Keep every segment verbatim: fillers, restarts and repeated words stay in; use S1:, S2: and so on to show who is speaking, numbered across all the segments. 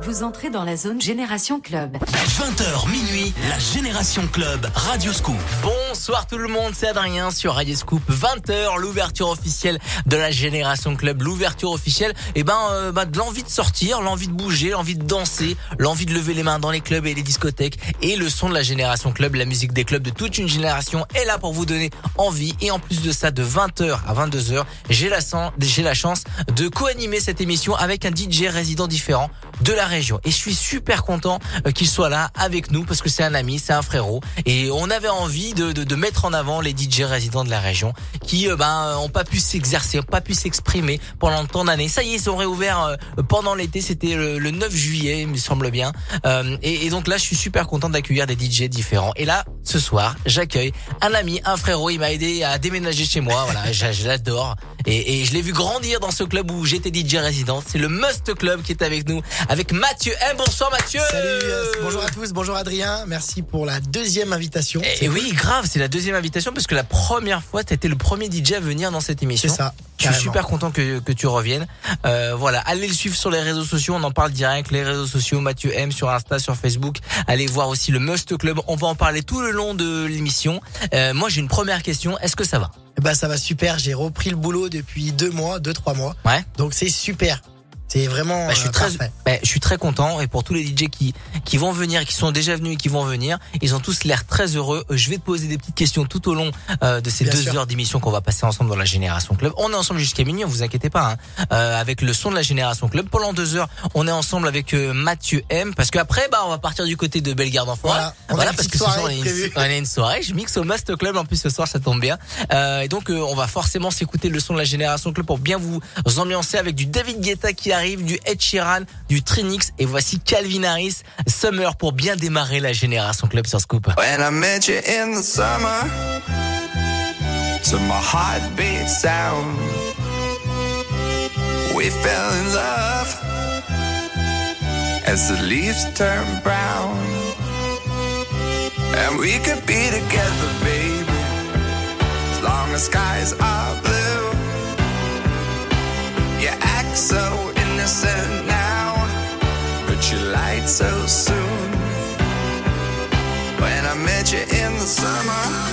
S1: Vous entrez dans la zone Génération Club.
S2: vingt heures minuit, la Génération Club, Radio Scoop.
S3: Bonsoir tout le monde, c'est Adrien sur Radio Scoop. vingt heures, l'ouverture officielle de la Génération Club. L'ouverture officielle, eh ben, euh, bah, de l'envie de sortir, l'envie de bouger, l'envie de danser, l'envie de lever les mains dans les clubs et les discothèques. Et le son de la Génération Club, la musique des clubs de toute une génération est là pour vous donner envie. Et en plus de ça, de vingt heures à vingt-deux heures, j'ai la, j'ai la chance de co-animer cette émission avec un D J résident différent de la région. Et je suis super content qu'il soit là avec nous parce que c'est un ami, c'est un frérot. Et on avait envie de, de, de mettre en avant les D J résidents de la région qui euh, ben ont pas pu s'exercer, ont pas pu s'exprimer pendant tant d'années. Ça y est, ils ont réouvert euh, pendant l'été, c'était le, le neuf juillet, il me semble bien. Euh, et, et donc là, je suis super content d'accueillir des D J différents. Et là, ce soir, j'accueille un ami, un frérot. Il m'a aidé à déménager chez moi. Voilà, je l'adore. Et, et je l'ai vu grandir dans ce club où j'étais D J résident. C'est le Must Club qui est avec nous, avec Mathieu M. Bonsoir Mathieu.
S4: Salut, euh, bonjour à tous, bonjour Adrien. Merci pour la deuxième invitation.
S3: Et, et oui, cool. Grave, c'est la deuxième invitation parce que la première fois, t'as été le premier D J à venir dans cette émission.
S4: C'est ça.
S3: Je suis super content que, que tu reviennes. Euh, voilà, allez le suivre sur les réseaux sociaux. On en parle direct, les réseaux sociaux. Mathieu M sur Insta, sur Facebook. Allez voir aussi le Must Club. On va en parler tout le long de l'émission. Euh, moi, j'ai une première question. Est-ce que ça va?
S4: Bah ça va super. J'ai repris le boulot depuis deux mois, deux trois mois.
S3: Ouais.
S4: Donc c'est super. C'est vraiment
S3: bah, je suis
S4: euh,
S3: très,
S4: parfait.
S3: Bah, je suis très content et pour tous les D J qui qui vont venir, qui sont déjà venus et qui vont venir, ils ont tous l'air très heureux. Je vais te poser des petites questions tout au long euh, de ces Bien deux sûr. heures d'émission qu'on va passer ensemble dans la Génération Club. On est ensemble jusqu'à minuit, ne vous inquiétez pas, hein, euh, avec le son de la Génération Club. Pendant deux heures, on est ensemble avec euh, Mathieu M. Parce qu'après, bah, on va partir du côté de Bellegarde en Forêt.
S4: Voilà, on
S3: voilà
S4: a
S3: parce que ce
S4: soir
S3: soir on a, une, on a une soirée. Je mixe au Must Club en plus ce soir, ça tombe bien. Euh, et donc euh, on va forcément s'écouter le son de la Génération Club pour bien vous ambiancer avec du David Guetta qui arrive, du Ed Sheeran, du Trinix et voici Calvin Harris, Summer pour bien démarrer la Génération Club sur Scoop.
S5: When I met you in the summer, to my heartbeat sound, we fell in love as the leaves turn brown, and we could be together, baby, as long as skies are blue. You act so innocent now, but you lied so soon. When I met you in the summer,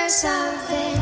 S6: for something.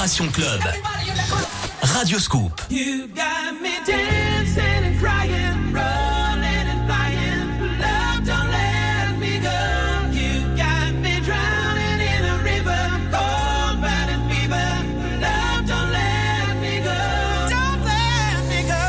S2: Génération Club. Radio Scoop.
S6: You got me dancing and crying, rolling and flying. Love, don't let me go. You got me drowning in a river, cold burning fever. Love, don't let me go. Don't let me go.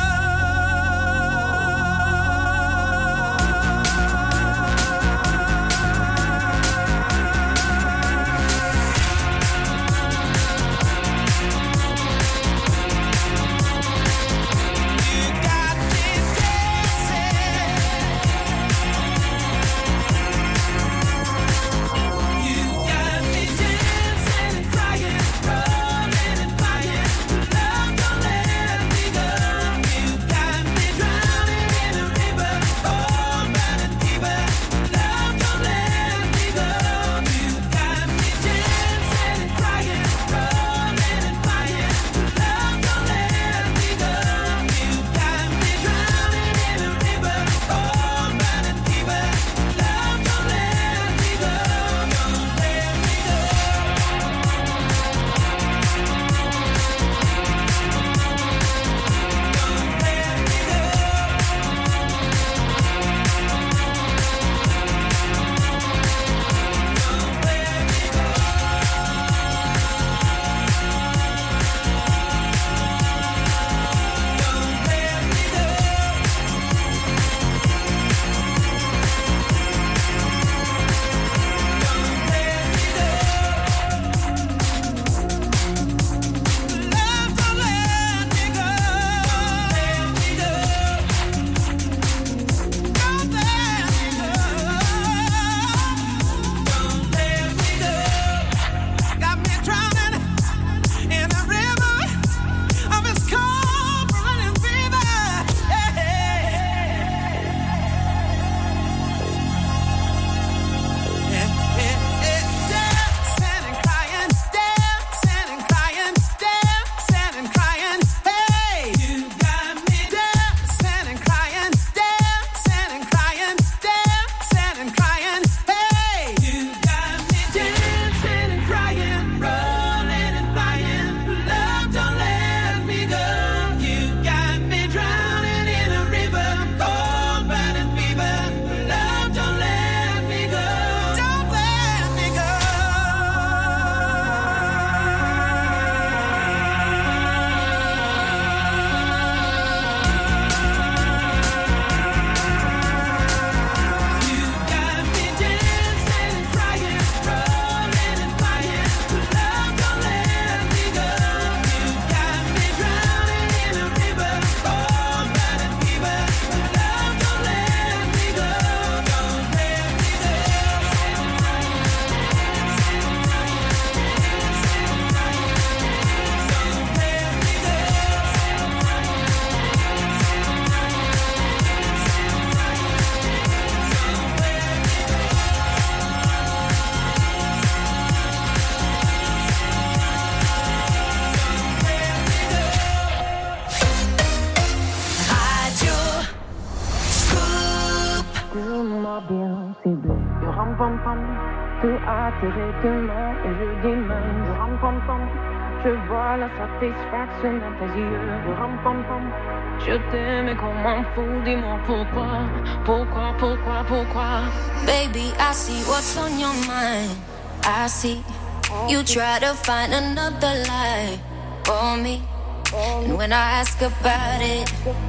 S7: Je vois la satisfaction dans tes yeux. Ram pam pam. Je t'aime et qu'on m'en fout. Dis-moi pourquoi, pourquoi, pourquoi, pourquoi.
S8: Baby, I see what's on your mind. I see you try to find another lie for me. And when I ask about it,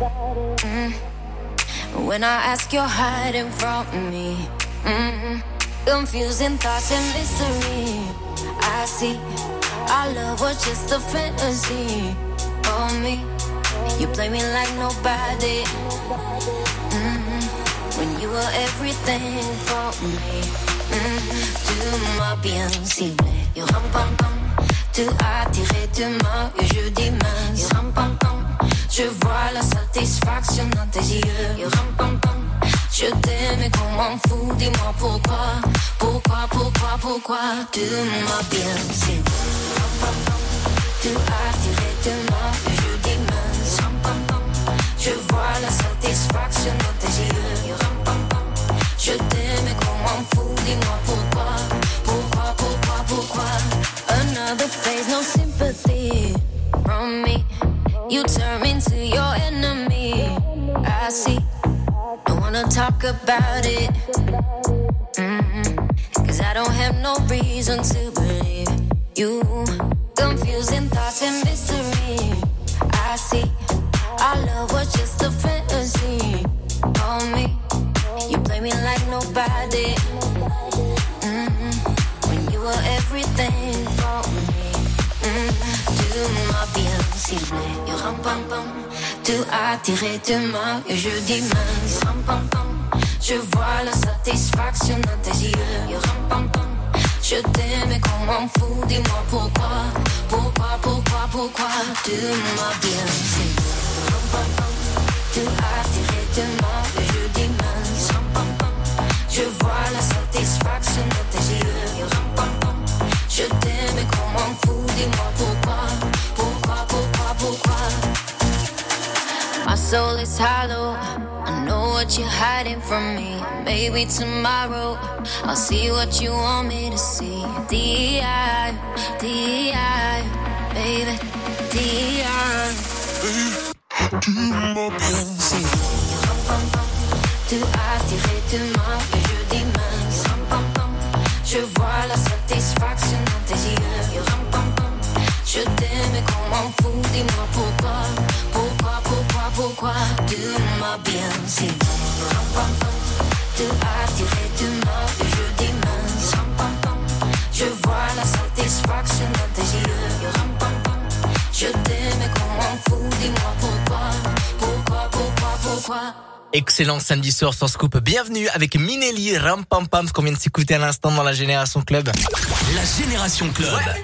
S8: mm, when I ask, you're hiding from me. Mm, confusing thoughts and mystery. I see our love was just a fantasy for me. You play me like nobody. Mm, when you were everything for me. Mm, tu m'as bien ciblé. You ram pam pam. Tu as tiré du main et je dis mince. You ram pam pam. Je vois la satisfaction dans tes yeux. You ram pam pam. Je t'aime et qu'on m'en fout. Dis-moi pourquoi, pourquoi, pourquoi, pourquoi. Tu m'as bien ciblé. Tu as tiré de moi et je dis mince. Ram pam pam. Je vois la satisfaction dans tes yeux. Ram pam pam. Je t'aime et qu'on m'en fout. Dis-moi pourquoi, pourquoi, pourquoi, pourquoi. Another phase, no sympathy. wanna talk about it. Mm-hmm. Cause I don't have no reason to believe you. Confusing thoughts and mystery. I see our love was just a fantasy. On me, you play me like nobody. Mm-hmm. When you were everything for me. Mm-hmm. Tu m'as bien ciblé. You ram pam pam. Tu as tiré de moi et je dis mince. Ram pam pam. Je vois la satisfaction dans tes yeux. You ram pam pam. Je t'aime et qu'on m'en fout. Dis-moi pourquoi, pourquoi, pourquoi, pourquoi. Tu m'as bien ciblé. Ram pam pam. Tu as tiré de moi et je dis mince. Ram pam pam. Je vois la satisfaction dans tes yeux. You ram pam pam. Je t'aime et qu'on m'en fout. Dis-moi pourquoi, pourquoi, pourquoi, pourquoi. My soul is hollow. I know what you're hiding from me. Maybe tomorrow I'll see what you want me to see. D I, D I, baby, D I. Tu m'as bien ciblé. Tu as tiré de moi et je dis mince. Je vois la satisfaction dans tes yeux. Je t'aime et qu'on m'en fout. Dis-moi pourquoi, pourquoi, pourquoi, pourquoi. Tu m'as bien ciblé. Tu as tiré de moi et je dis mince. Je vois la satisfaction dans tes yeux. Je t'aime et qu'on m'en fout. Dis-moi pourquoi, pourquoi, pourquoi, pourquoi.
S3: Excellent samedi soir sur Scoop. Bienvenue avec Minelli, Ram Pam Pam, ce qu'on vient de s'écouter à l'instant dans la Génération Club.
S2: La Génération Club. Ouais.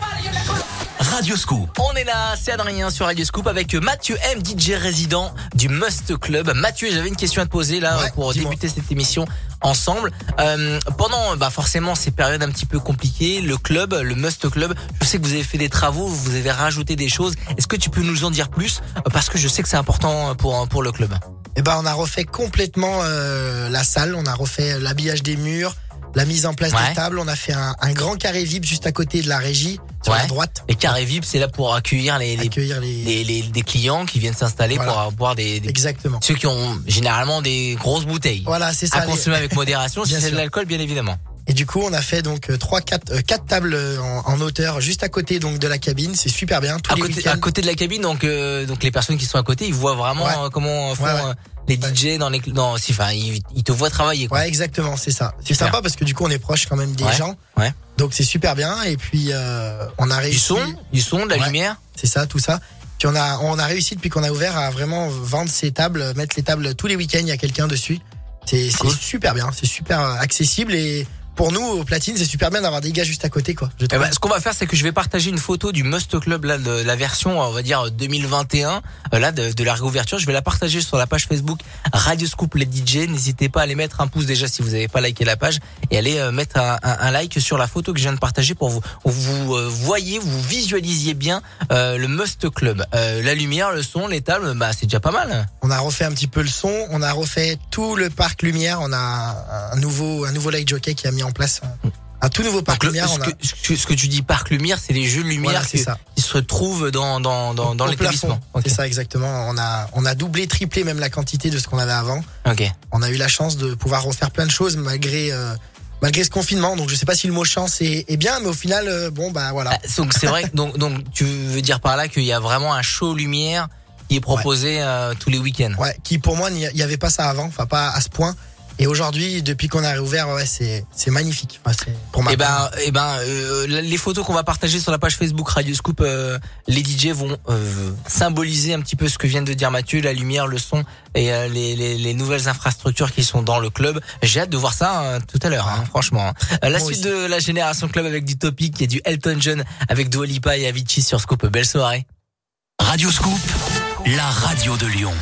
S2: Radio Scoop.
S3: On est là, c'est Adrien sur Radio Scoop avec Mathieu M, D J résident du Must Club. Mathieu, j'avais une question à te poser là
S4: ouais,
S3: pour
S4: dis-moi.
S3: débuter cette émission ensemble. Euh, pendant bah forcément ces périodes un petit peu compliquées, le club, le Must Club, je sais que vous avez fait des travaux, vous avez rajouté des choses. Est-ce que tu peux nous en dire plus? Parce que je sais que c'est important pour pour le club.
S4: Eh ben, on a refait complètement euh, la salle, on a refait l'habillage des murs, la mise en place
S3: ouais.
S4: des tables, on a fait un, un grand carré V I P juste à côté de la régie, sur
S3: ouais.
S4: la droite.
S3: Les carrés V I P, c'est là pour accueillir les, les,
S4: Accueillir les...
S3: les, les, des clients qui viennent s'installer
S4: Voilà.
S3: pour boire des, des...
S4: Exactement.
S3: Ceux qui ont généralement des grosses bouteilles.
S4: Voilà, c'est ça.
S3: À
S4: les-
S3: consommer avec modération, si
S4: Bien
S3: c'est de
S4: sûr.
S3: l'alcool, bien évidemment.
S4: Et du coup, on a fait donc trois, quatre, euh, quatre tables en, en hauteur juste à côté donc de la cabine. C'est super bien. Tous
S3: À
S4: les
S3: côté,
S4: week-ends.
S3: à côté de la cabine, donc euh, donc les personnes qui sont à côté, ils voient vraiment
S4: Ouais.
S3: euh, comment font
S4: Ouais, ouais.
S3: euh, les D J dans les dans si enfin ils, ils te voient travailler quoi.
S4: Ouais, exactement, c'est ça. C'est
S3: Super.
S4: sympa parce que du coup, on est proche quand même des
S3: Ouais.
S4: gens.
S3: Ouais.
S4: Donc c'est super bien. Et puis euh, on a réussi.
S3: Du son, du son, de la
S4: Ouais.
S3: lumière.
S4: C'est ça, tout ça. Puis on a on a réussi depuis qu'on a ouvert à vraiment vendre ces tables, mettre les tables tous les week-ends. Il y a quelqu'un dessus. C'est c'est
S3: Cool.
S4: super bien. C'est super euh, accessible et pour nous au Platine, c'est super bien d'avoir des gars juste à côté quoi. Je
S3: Eh
S4: trouve.
S3: ben, ce qu'on va faire, c'est que je vais partager une photo du Must Club là, de la version, on va dire deux mille vingt et un, euh, là de, de la réouverture. Je vais la partager sur la page Facebook Radio Scoop les D J. N'hésitez pas à aller mettre un pouce déjà si vous n'avez pas liké la page et allez euh, mettre un, un, un like sur la photo que je viens de partager pour vous vous euh, voyez, vous visualisiez bien euh, le Must Club. Euh, la lumière, le son, les tables, bah c'est déjà pas mal.
S4: On a refait un petit peu le son, on a refait tout le parc lumière, on a un nouveau un nouveau light jockey qui a mis en place un, un tout nouveau parc
S3: Donc, le-
S4: lumière.
S3: ce,
S4: On a...
S3: que, ce que- ce que tu dis parc lumière, c'est les jeux de lumière
S4: Voilà, c'est
S3: qui,
S4: ça.
S3: qui se retrouvent dans dans dans, dans
S4: Au
S3: l'établissement.
S4: plafond.
S3: Ok.
S4: C'est ça exactement. On a on a doublé, triplé même la quantité de ce qu'on avait avant.
S3: Ok.
S4: On a eu la chance de pouvoir refaire plein de choses malgré euh, malgré ce confinement. Donc je sais pas si le mot chance est, est bien, mais au final euh, bon bah voilà.
S3: Ah, donc c'est vrai. Donc donc tu veux dire par là qu'il y a vraiment un show lumière qui est proposé euh, tous les week-ends.
S4: Ouais, qui pour moi il n'y avait pas ça avant, enfin pas à ce point. Et aujourd'hui, depuis qu'on a réouvert, ouais, c'est c'est magnifique. Enfin, c'est pour ma
S3: Et ben,
S4: part.
S3: et ben, euh, les photos qu'on va partager sur la page Facebook Radio Scoop, euh, les D J vont euh, symboliser un petit peu ce que vient de dire Mathieu, la lumière, le son et euh, les, les, les nouvelles infrastructures qui sont dans le club. J'ai hâte de voir ça euh, tout à l'heure, hein, franchement. Euh, la
S4: Moi
S3: suite
S4: aussi.
S3: de la Génération Club avec du Topic et du Elton John avec Dua Lipa et Avicii sur Scoop. Belle soirée.
S2: Radio Scoop, la radio de Lyon.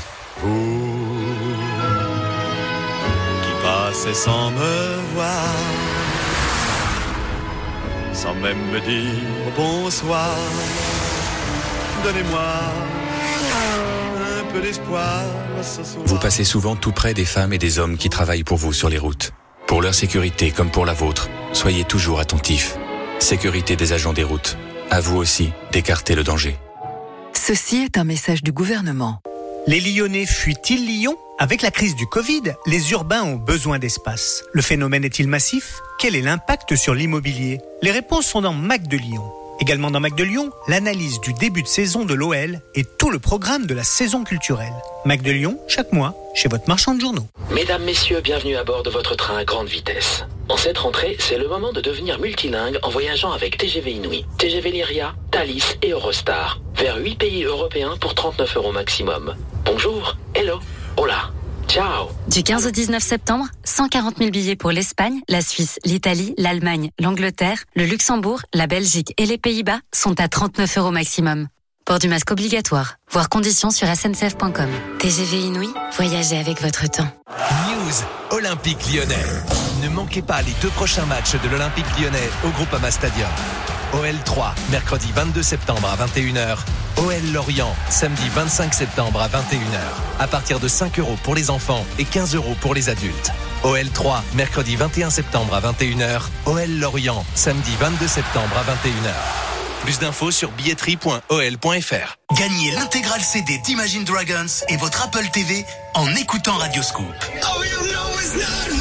S9: Qui passait sans me voir, sans même me dire bonsoir. Donnez-moi un peu d'espoir ce soir.
S10: Vous passez souvent tout près des femmes et des hommes qui travaillent pour vous sur les routes. Pour leur sécurité comme pour la vôtre, soyez toujours attentifs. Sécurité des agents des routes. À vous aussi d'écarter le danger.
S11: Ceci est un message du gouvernement.
S12: Les Lyonnais fuient-ils Lyon ?
S11: Avec la crise du Covid, les urbains ont besoin d'espace. Le phénomène est-il massif ? Quel est l'impact sur l'immobilier ? Les réponses sont dans Mac de Lyon. Également dans Mac de Lyon, l'analyse du début de saison de l'O L et tout le programme de la saison culturelle. Mac de Lyon, chaque mois, chez votre marchand de journaux.
S12: Mesdames, messieurs, bienvenue à bord de votre train à grande vitesse. En cette rentrée, c'est le moment de devenir multilingue en voyageant avec T G V Inouï, T G V Lyria, Thalys et Eurostar. Vers huit pays européens pour trente-neuf euros maximum. Bonjour, hello, hola. Ciao.
S1: Du quinze au dix-neuf septembre, cent quarante mille billets pour l'Espagne, la Suisse, l'Italie, l'Allemagne, l'Angleterre, le Luxembourg, la Belgique et les Pays-Bas sont à trente-neuf euros maximum. Port du masque obligatoire. Voir conditions sur s n c f point com. T G V Inouï, voyagez avec votre temps.
S13: News Olympique Lyonnais. Ne manquez pas les deux prochains matchs de l'Olympique Lyonnais au Groupama Stadium. O L trois, mercredi vingt-deux septembre à vingt et une heures. O L Lorient, samedi vingt-cinq septembre à vingt et une heures. À partir de cinq euros pour les enfants et quinze euros pour les adultes. O L trois, mercredi vingt et un septembre à vingt et une heures. O L Lorient, samedi vingt-deux septembre à vingt et une heures. Plus d'infos sur billetterie point o l point f r.
S2: Gagnez l'intégral C D d'Imagine Dragons et votre Apple T V en écoutant Radio Scoop.
S6: Oh, you know it's not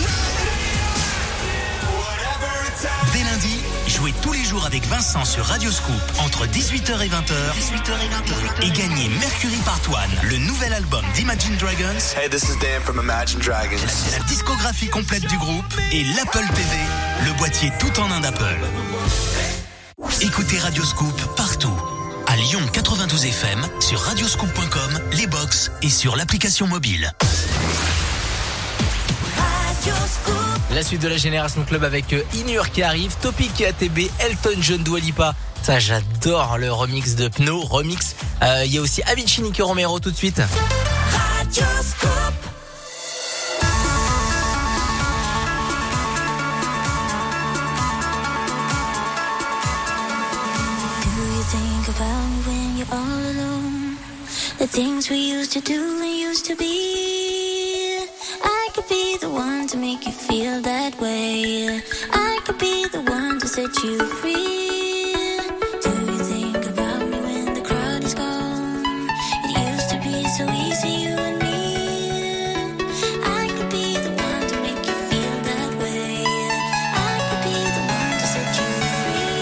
S2: Dès lundi, jouez tous les jours avec Vincent sur Radio Scoop entre dix-huit heures et vingt heures, dix-huit heures et vingt heures et gagnez Mercury Part un, le nouvel album d'Imagine Dragons.
S5: Hey, this is Dan from Imagine Dragons.
S2: La, la discographie complète du groupe et l'Apple T V, le boîtier tout en un d'Apple. Écoutez Radio Scoop partout. À Lyon quatre-vingt-douze F M, sur radioscoop point com, les box et sur l'application mobile.
S3: La suite de la Génération Club avec Inur qui arrive, Topic et A T B, Elton John, Dua Lipa. Ça, j'adore le remix de Pno, remix. Il euh, y a aussi Avicii, Nicky Romero tout de suite.
S6: Radio Scoop.
S8: About me when you're all alone. The things we used to do and used to be. I could be the one to make you feel that way. I could be the one to set you free. Do you think about me when the crowd is gone? It used to be so easy, you and me. I could be the one to make you feel that way. I could be the one to set you free.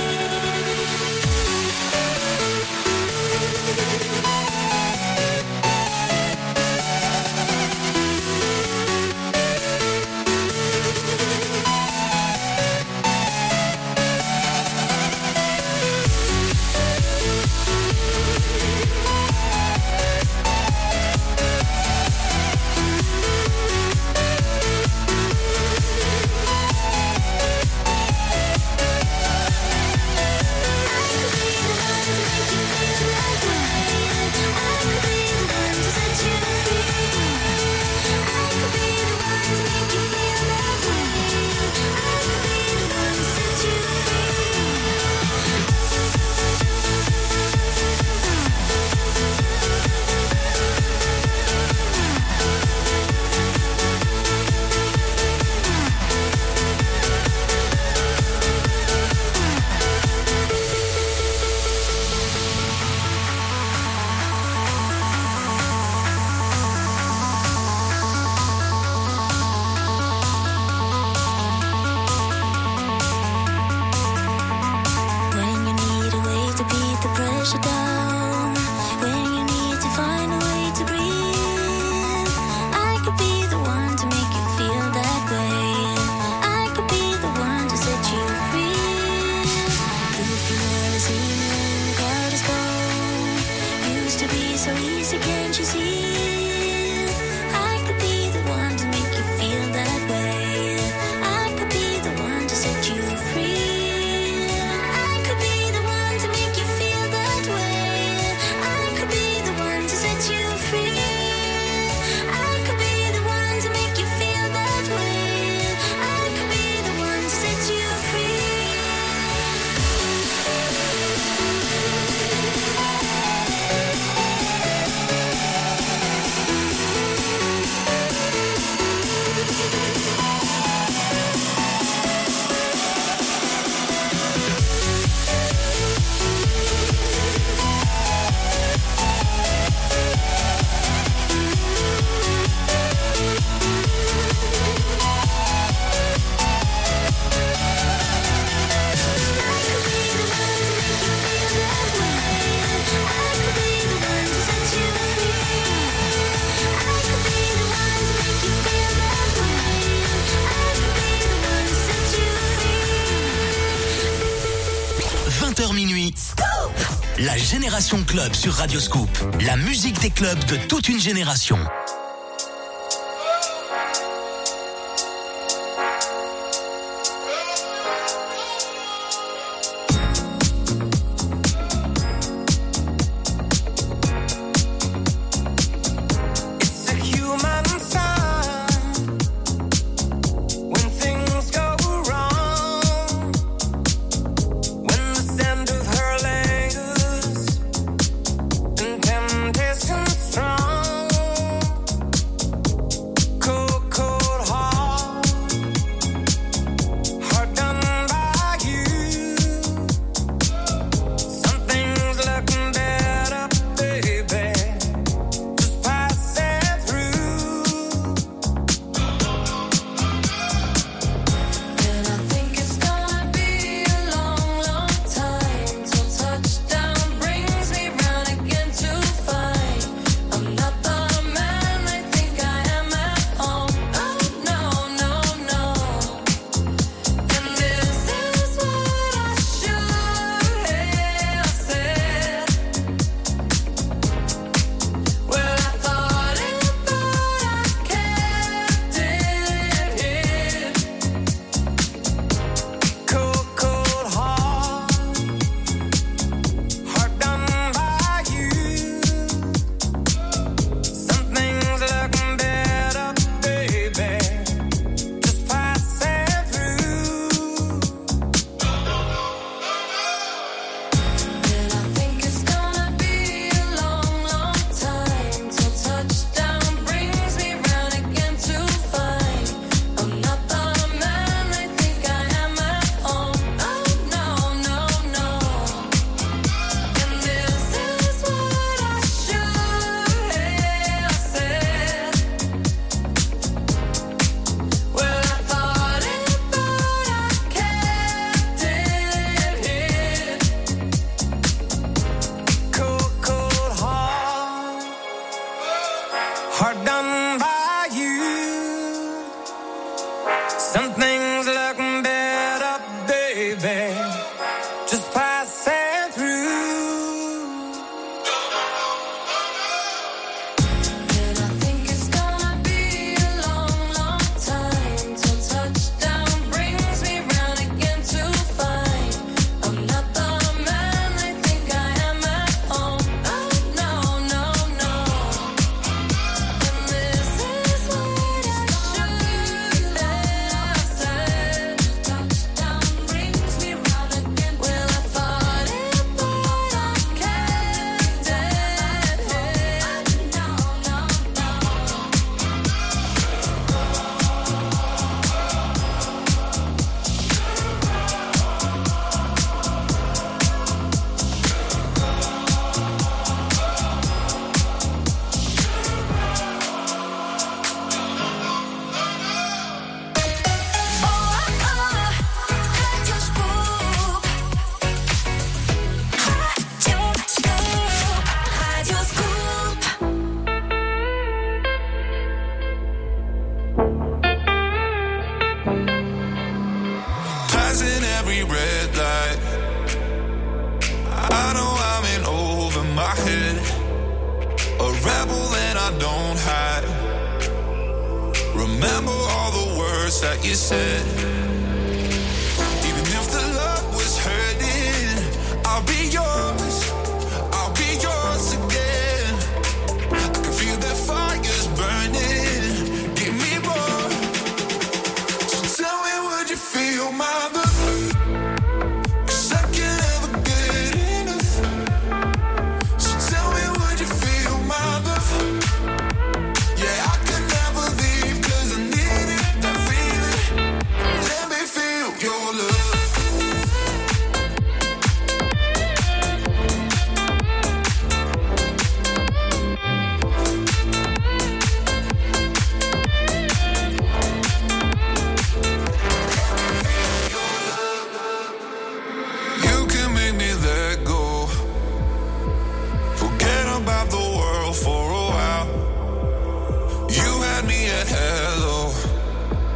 S8: Way.
S2: vingt heures minuit. La Génération Club sur Radio Scoop. La musique des clubs de toute une génération.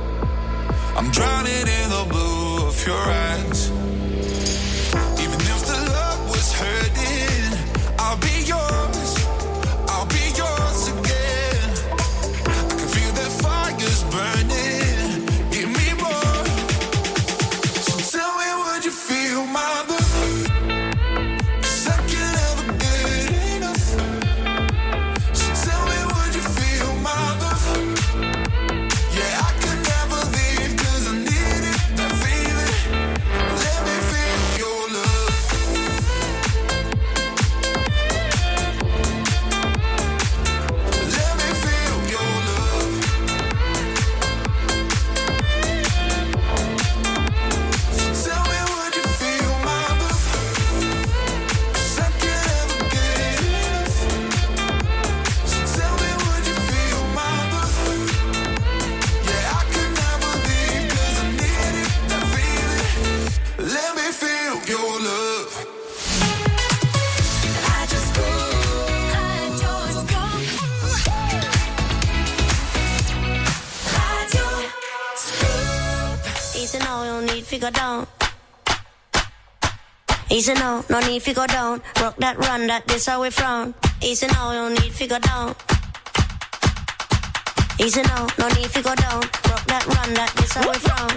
S5: I'm drowning in the blue of your eyes. Even if the
S14: to go down. Easy now, no need to go down. Rock that run, that this how we frown. Easy now, no need to go down. Easy now, no need to go down. Rock that run, that this how we frown.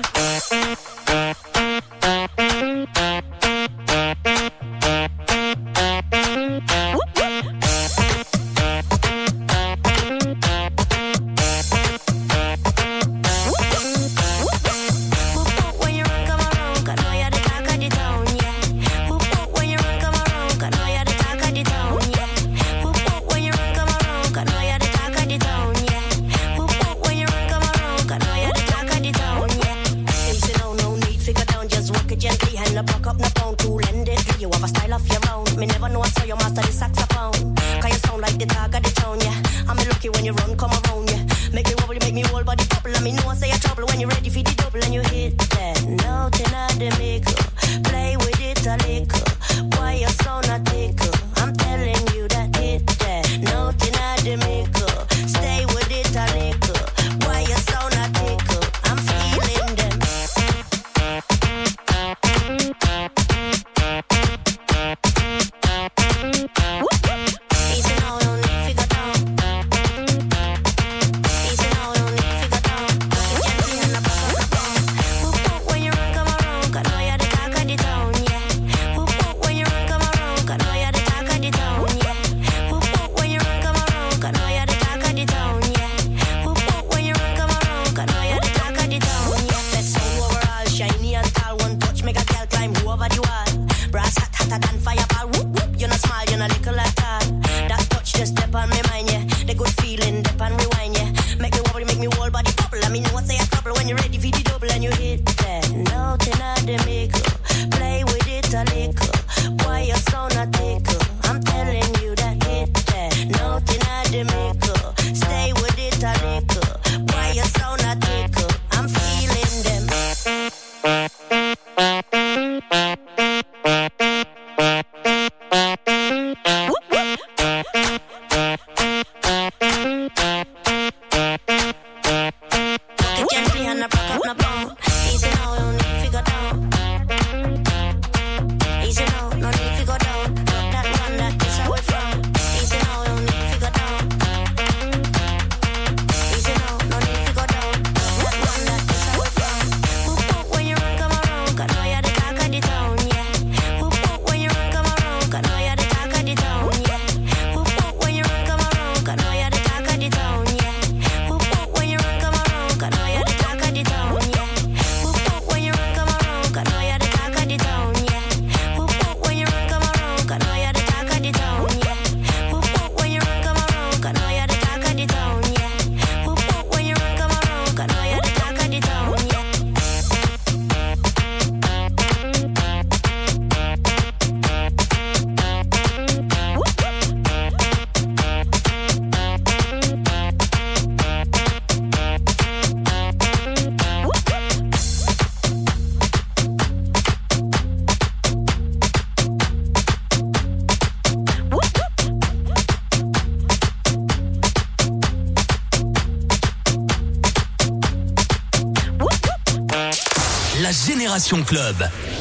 S2: Génération Club,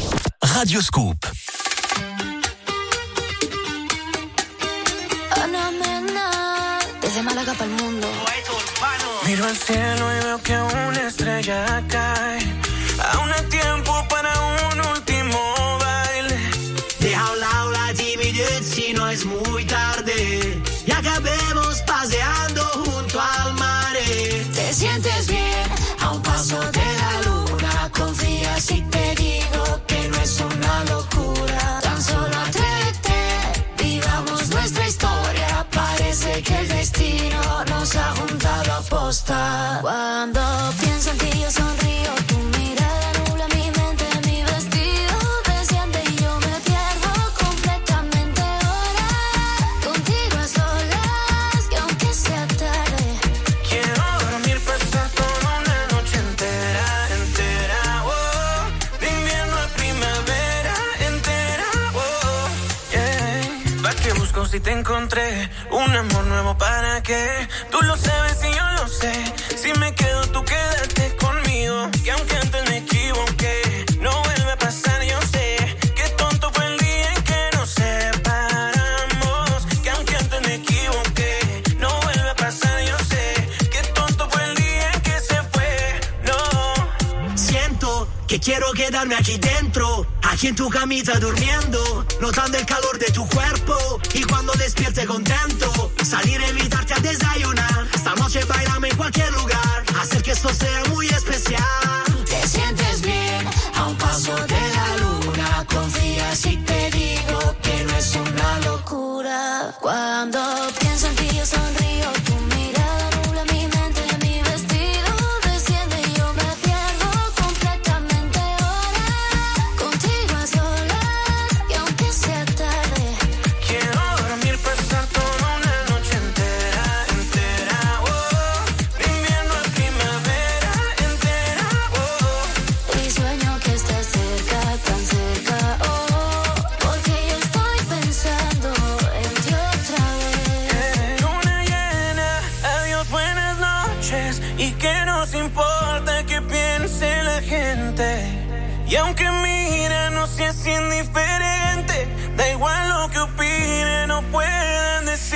S2: Radio Scoop.
S8: Desde Málaga para el mundo.
S6: Miro al cielo y veo que una estrella cae. Aún hay tiempo para un último baile.
S15: Deja a un lado la timidez si no es muy tarde. Y acabemos paseando junto al mar.
S8: Te sientes bien a un paso de la luna. Confía si te digo que no es una locura. Tan solo atrévete, vivamos nuestra historia. Parece que el destino nos ha juntado a posta. Cuando pienso en ti yo sonrío. Tu mirada nubla mi mente, mi vestido desciende y yo me pierdo completamente ahora. Contigo a solas, que aunque sea tarde,
S6: quiero dormir, pasar toda una noche entera, entera, oh. De invierno a primavera, entera, oh, yeah. ¿Pa' qué busco si te encontré? Un amor nuevo, ¿para qué? Tú lo sabes y yo lo sé. Si me quedo, tú quédate conmigo. Que aunque antes me equivoqué, no
S15: quedarme aquí dentro, aquí en tu camita durmiendo, notando el calor de tu cuerpo y cuando despierte contento, salir a invitarte a desayunar, esta noche bailame en cualquier lugar, hacer que esto sea muy especial.
S6: Te sientes bien a un paso de la luna, confía si te digo que no es una locura.
S8: Cuando pienso en ti yo sonrío, tu mirada nubla mi mente, mi vestido desciende y yo me pierdo completamente ahora, contigo a solas y aunque sea tarde,
S6: Quiero dormir, pasar toda una noche entera, entera, oh, de invierno a primavera, entera, oh.
S8: y sueño que estás cerca, tan cerca, oh, porque yo estoy pensando en ti otra vez.
S6: Luna llena, adiós, buenas noches, y que nos importa que piense la gente. Y aunque mira, no seas indiferente, da igual lo que opinen o puedan decir.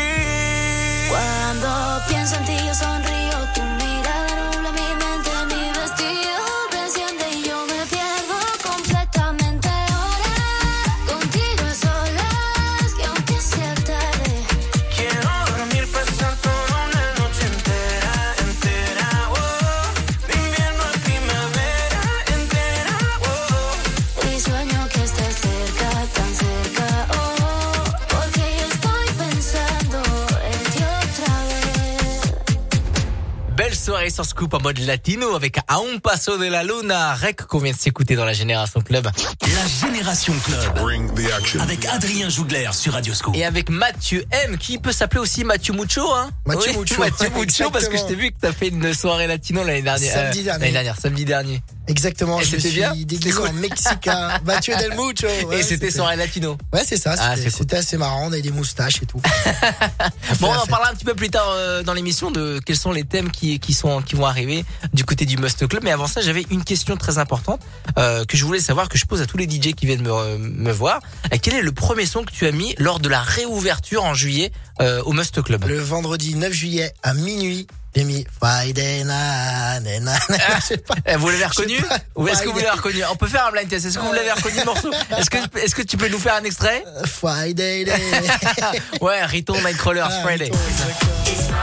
S8: Cuando pienso en ti yo sonrío, tu mirada nubla mi mente, mi vestido desciende y yo me pierdo completamente ahora, contigo a solas y aunque sea tarde,
S6: Quiero dormir, pasar toda una noche entera, entera, oh, de invierno a primavera, entera, oh.
S8: y sueño que estás cerca, tan cerca, oh, porque yo estoy pensando en ti otra vez.
S3: Belle soirée sur Scoop en mode latino avec A un paso de la luna, Rec qu'on vient de s'écouter dans la Génération Club.
S2: La Génération Club. Avec Adrien Jougler sur Radio Scoop.
S3: Et avec Mathieu M, qui peut s'appeler aussi Mathieu Mucho, hein.
S4: Mathieu
S3: Oui,
S4: Mucho,
S3: Mathieu
S4: ouais,
S3: Mucho, parce que je
S4: exactement.
S3: t'ai vu que t'as fait une soirée latino l'année dernière.
S4: Samedi
S3: euh,
S4: dernier.
S3: L'année dernière, samedi dernier.
S4: Exactement,
S3: Et
S4: je me
S3: c'était
S4: suis
S3: bien
S4: déguisé
S3: C'était
S4: en mexicain, Mathieu Del Mucho. Ouais,
S3: Et c'était soirée latino.
S4: Ouais, c'est ça,
S3: Ah,
S4: c'était
S3: c'est cool.
S4: c'était assez marrant, on avait des moustaches et tout.
S3: Bon, on
S4: la
S3: en
S4: fête.
S3: parlera un petit peu plus tard euh, dans l'émission de quels sont les thèmes qui, qui sont qui vont arriver du côté du Must Club. Mais avant ça, j'avais une question très importante euh, que je voulais savoir, que je pose à tous les D J qui viennent me, me voir. Euh, Quel est le premier son que tu as mis lors de la réouverture en juillet euh, au Must Club?
S4: Le vendredi neuf juillet à minuit, j'ai mis Friday na, na, na, na. Je sais pas.
S3: Eh, Vous l'avez reconnu?
S4: Je sais pas.
S3: Ou est-ce que vous
S4: Friday.
S3: l'avez reconnu? On peut faire un blind test. Est-ce que vous l'avez reconnu le morceau? Est-ce que est-ce que tu peux nous faire un extrait?
S4: Friday day.
S3: Ouais, Return Nightcrawlers,
S4: Ah,
S3: Friday.
S4: Rito, exactement.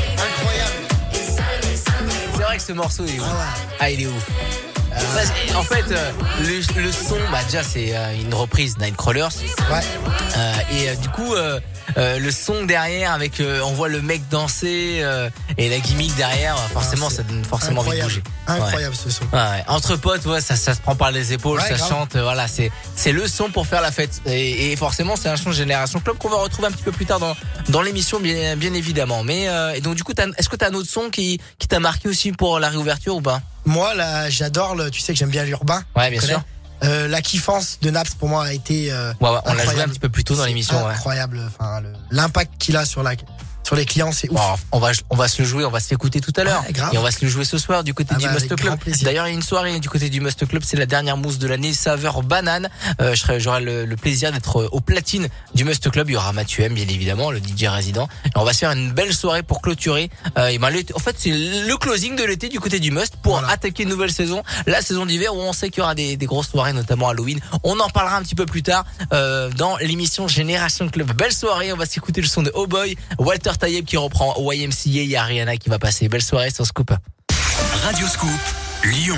S4: Incroyable.
S3: C'est vrai que ce morceau est ouf.
S4: Ah ouais.
S3: Ah, il est ouf. Parce que, en fait, euh, le, le son, bah déjà c'est euh, une reprise Nightcrawlers.
S4: Ouais.
S3: Euh, et euh, du coup, euh, euh, le son derrière, avec, euh, on voit le mec danser euh, et la gimmick derrière. Forcément,
S4: Ah,
S3: ça donne forcément envie de
S4: incroyable.
S3: bouger.
S4: Incroyable ce son.
S3: Ouais, ouais. Entre potes, ouais, ça, ça se prend par les épaules,
S4: Ouais,
S3: ça
S4: grave.
S3: chante, euh, voilà, c'est, c'est le son pour faire la fête. Et, et forcément, c'est un son Génération Club qu'on va retrouver un petit peu plus tard dans, dans l'émission, bien, bien évidemment. Mais, euh, et donc, du coup, t'as, est-ce que t'as un autre son qui, qui t'a marqué aussi pour la réouverture ou pas?
S4: Moi, là, j'adore le, tu sais que j'aime bien l'urbain.
S3: Ouais, bien
S4: Tu connais.
S3: sûr.
S4: Euh, la kiffance de Naps pour moi a été euh,
S3: Ouais, ouais, on l'a joué un
S4: incroyable.
S3: petit peu plus tôt dans
S4: C'est
S3: l'émission, ouais.
S4: incroyable. Enfin, le- l'impact qu'il a sur la, sur les clients, c'est ouf.
S3: Bon, on va, on va se le jouer, on va se l'écouter tout à l'heure.
S4: Ouais, grave.
S3: Et on va se le jouer ce soir du côté
S4: Ah
S3: du
S4: bah,
S3: Must
S4: avec
S3: Club.
S4: grand plaisir.
S3: D'ailleurs, il y a une soirée du côté du Must Club, c'est la dernière mousse de l'année, saveur banane. Euh, je serai, j'aurai le, le plaisir d'être au platine du Must Club. Il y aura Mathieu M, bien évidemment, le D J résident. Et on va se faire une belle soirée pour clôturer. Euh, et ben, l'été- en fait, c'est le closing de l'été du côté du Must pour
S4: Voilà.
S3: attaquer une nouvelle saison, la saison d'hiver où on sait qu'il y aura des, des grosses soirées, notamment Halloween. On en parlera un petit peu plus tard euh, dans l'émission Génération Club. Belle soirée, on va s'écouter le son de Oh Boy, Walter Tayeb qui reprend Y M C A, il y a Rihanna qui va passer. Belle soirée sur Scoop.
S2: Radio Scoop, Lyon.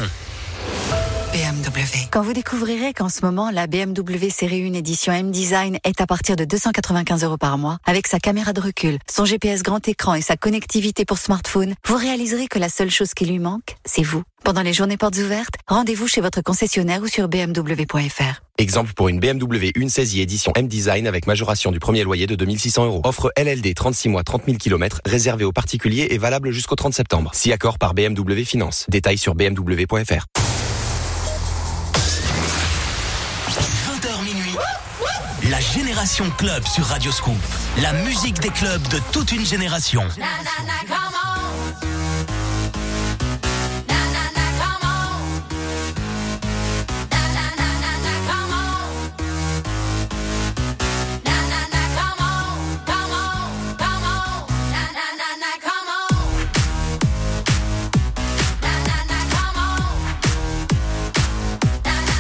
S16: B M W.
S17: Quand vous découvrirez qu'en ce moment, la B M W série un édition M-Design est à partir de deux cent quatre-vingt-quinze euros par mois, avec sa caméra de recul, son G P S grand écran et sa connectivité pour smartphone, vous réaliserez que la seule chose qui lui manque, c'est vous. Pendant les journées portes ouvertes, rendez-vous chez votre concessionnaire ou sur b m w point f r.
S18: Exemple pour une B M W une seize i édition M-Design avec majoration du premier loyer de deux mille six cents euros. Offre L L D trente-six mois, trente mille kilomètres, réservée aux particuliers et valable jusqu'au trente septembre. Si accord par B M W Finance. Détails sur b m w point f r.
S2: vingt heures minuit. La Génération Club sur Radio Scoop. La musique des clubs de toute une génération.
S8: Na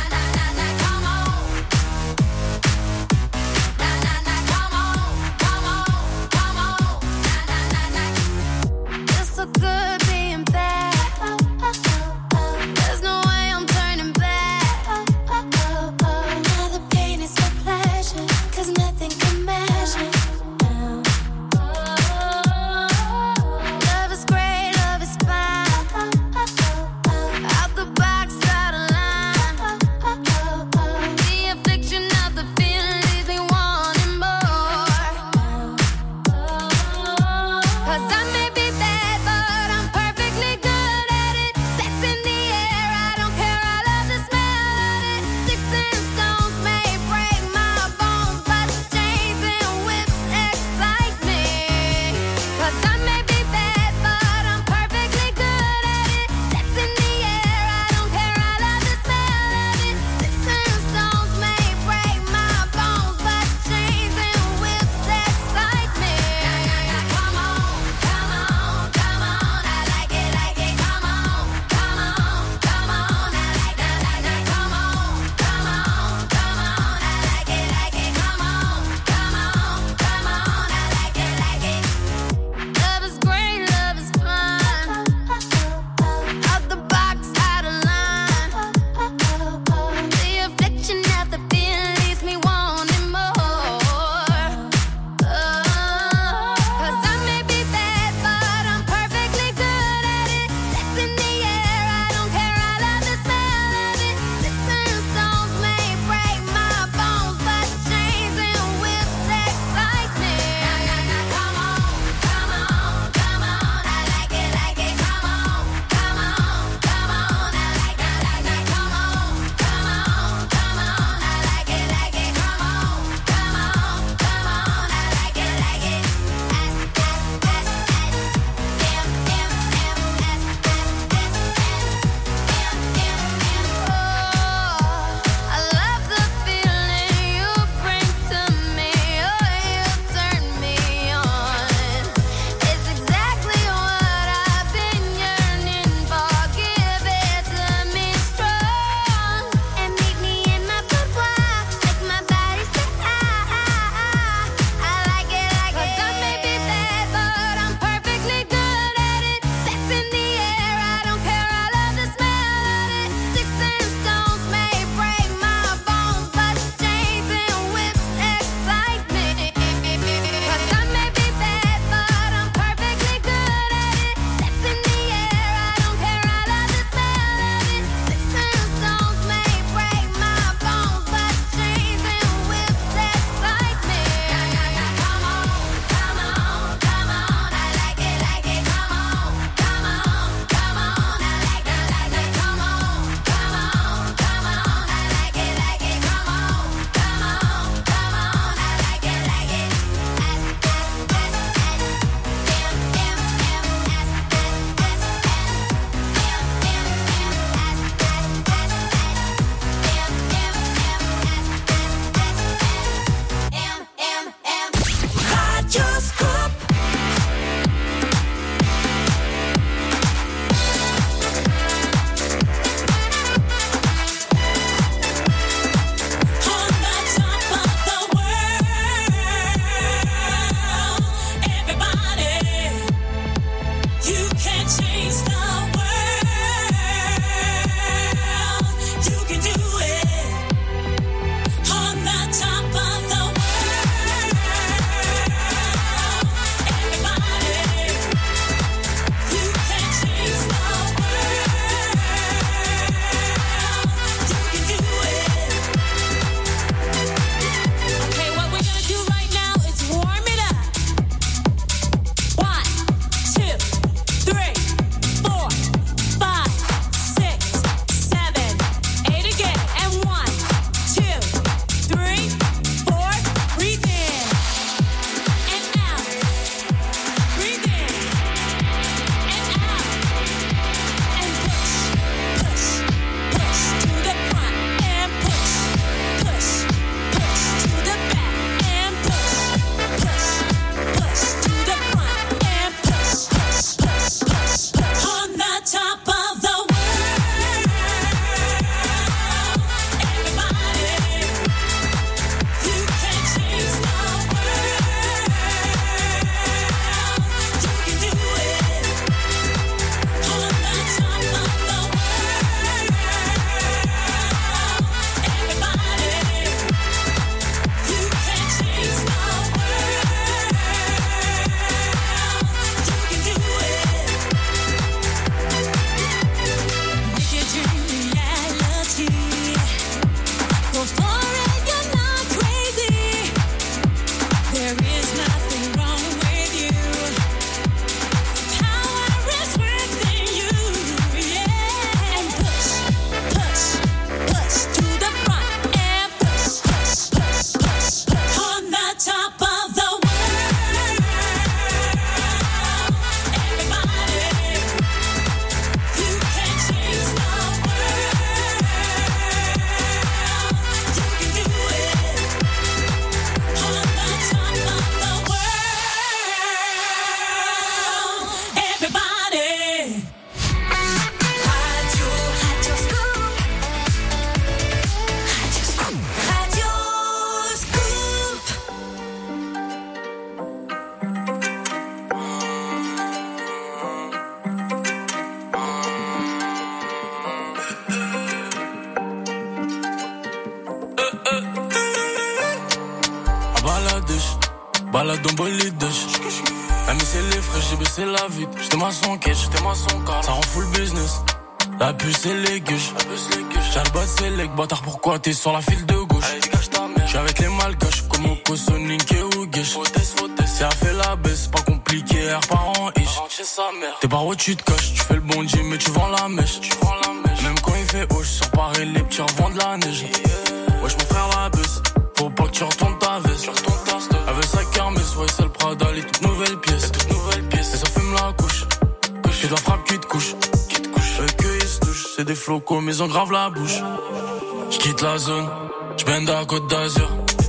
S19: Bangladesh. Balade en bolide. Elle c'est les frais, j'ai baissé la vitre. J'étais ma son quête, j'étais ma son car. Ça rend full business. La puce c'est les gueuches. J'ai le bas c'est les bâtard, pourquoi t'es sur la file de gauche? J'suis avec les malgaches, comme Oko, Sonic et Ougesh. Si elle fait la baisse, pas compliqué, air par en ish. T'es par où tu te caches, tu fais le bon Dieu mais tu vends la mèche. Même quand il fait haut, j'sors pareil les petits revends de la neige. Wesh mon frère la baisse, faut pas que tu retournes ta veste. Elle veut sa kermesse, ouais c'est le Prada, les toutes nouvelles pièces. Et ça fume la couche, j'ai de la frappe qui te couche. Eux que ils se touchent, c'est des flocos mais ils ont grave la bouche. J'quitte la zone, j'bende à Côte d'Azur.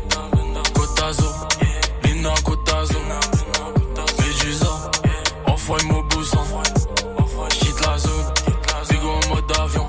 S19: Côte d'Azur, Lina Côte d'Azur. Médusa, Off-White Mobusan. J'quitte la zone, Bigo en mode avion.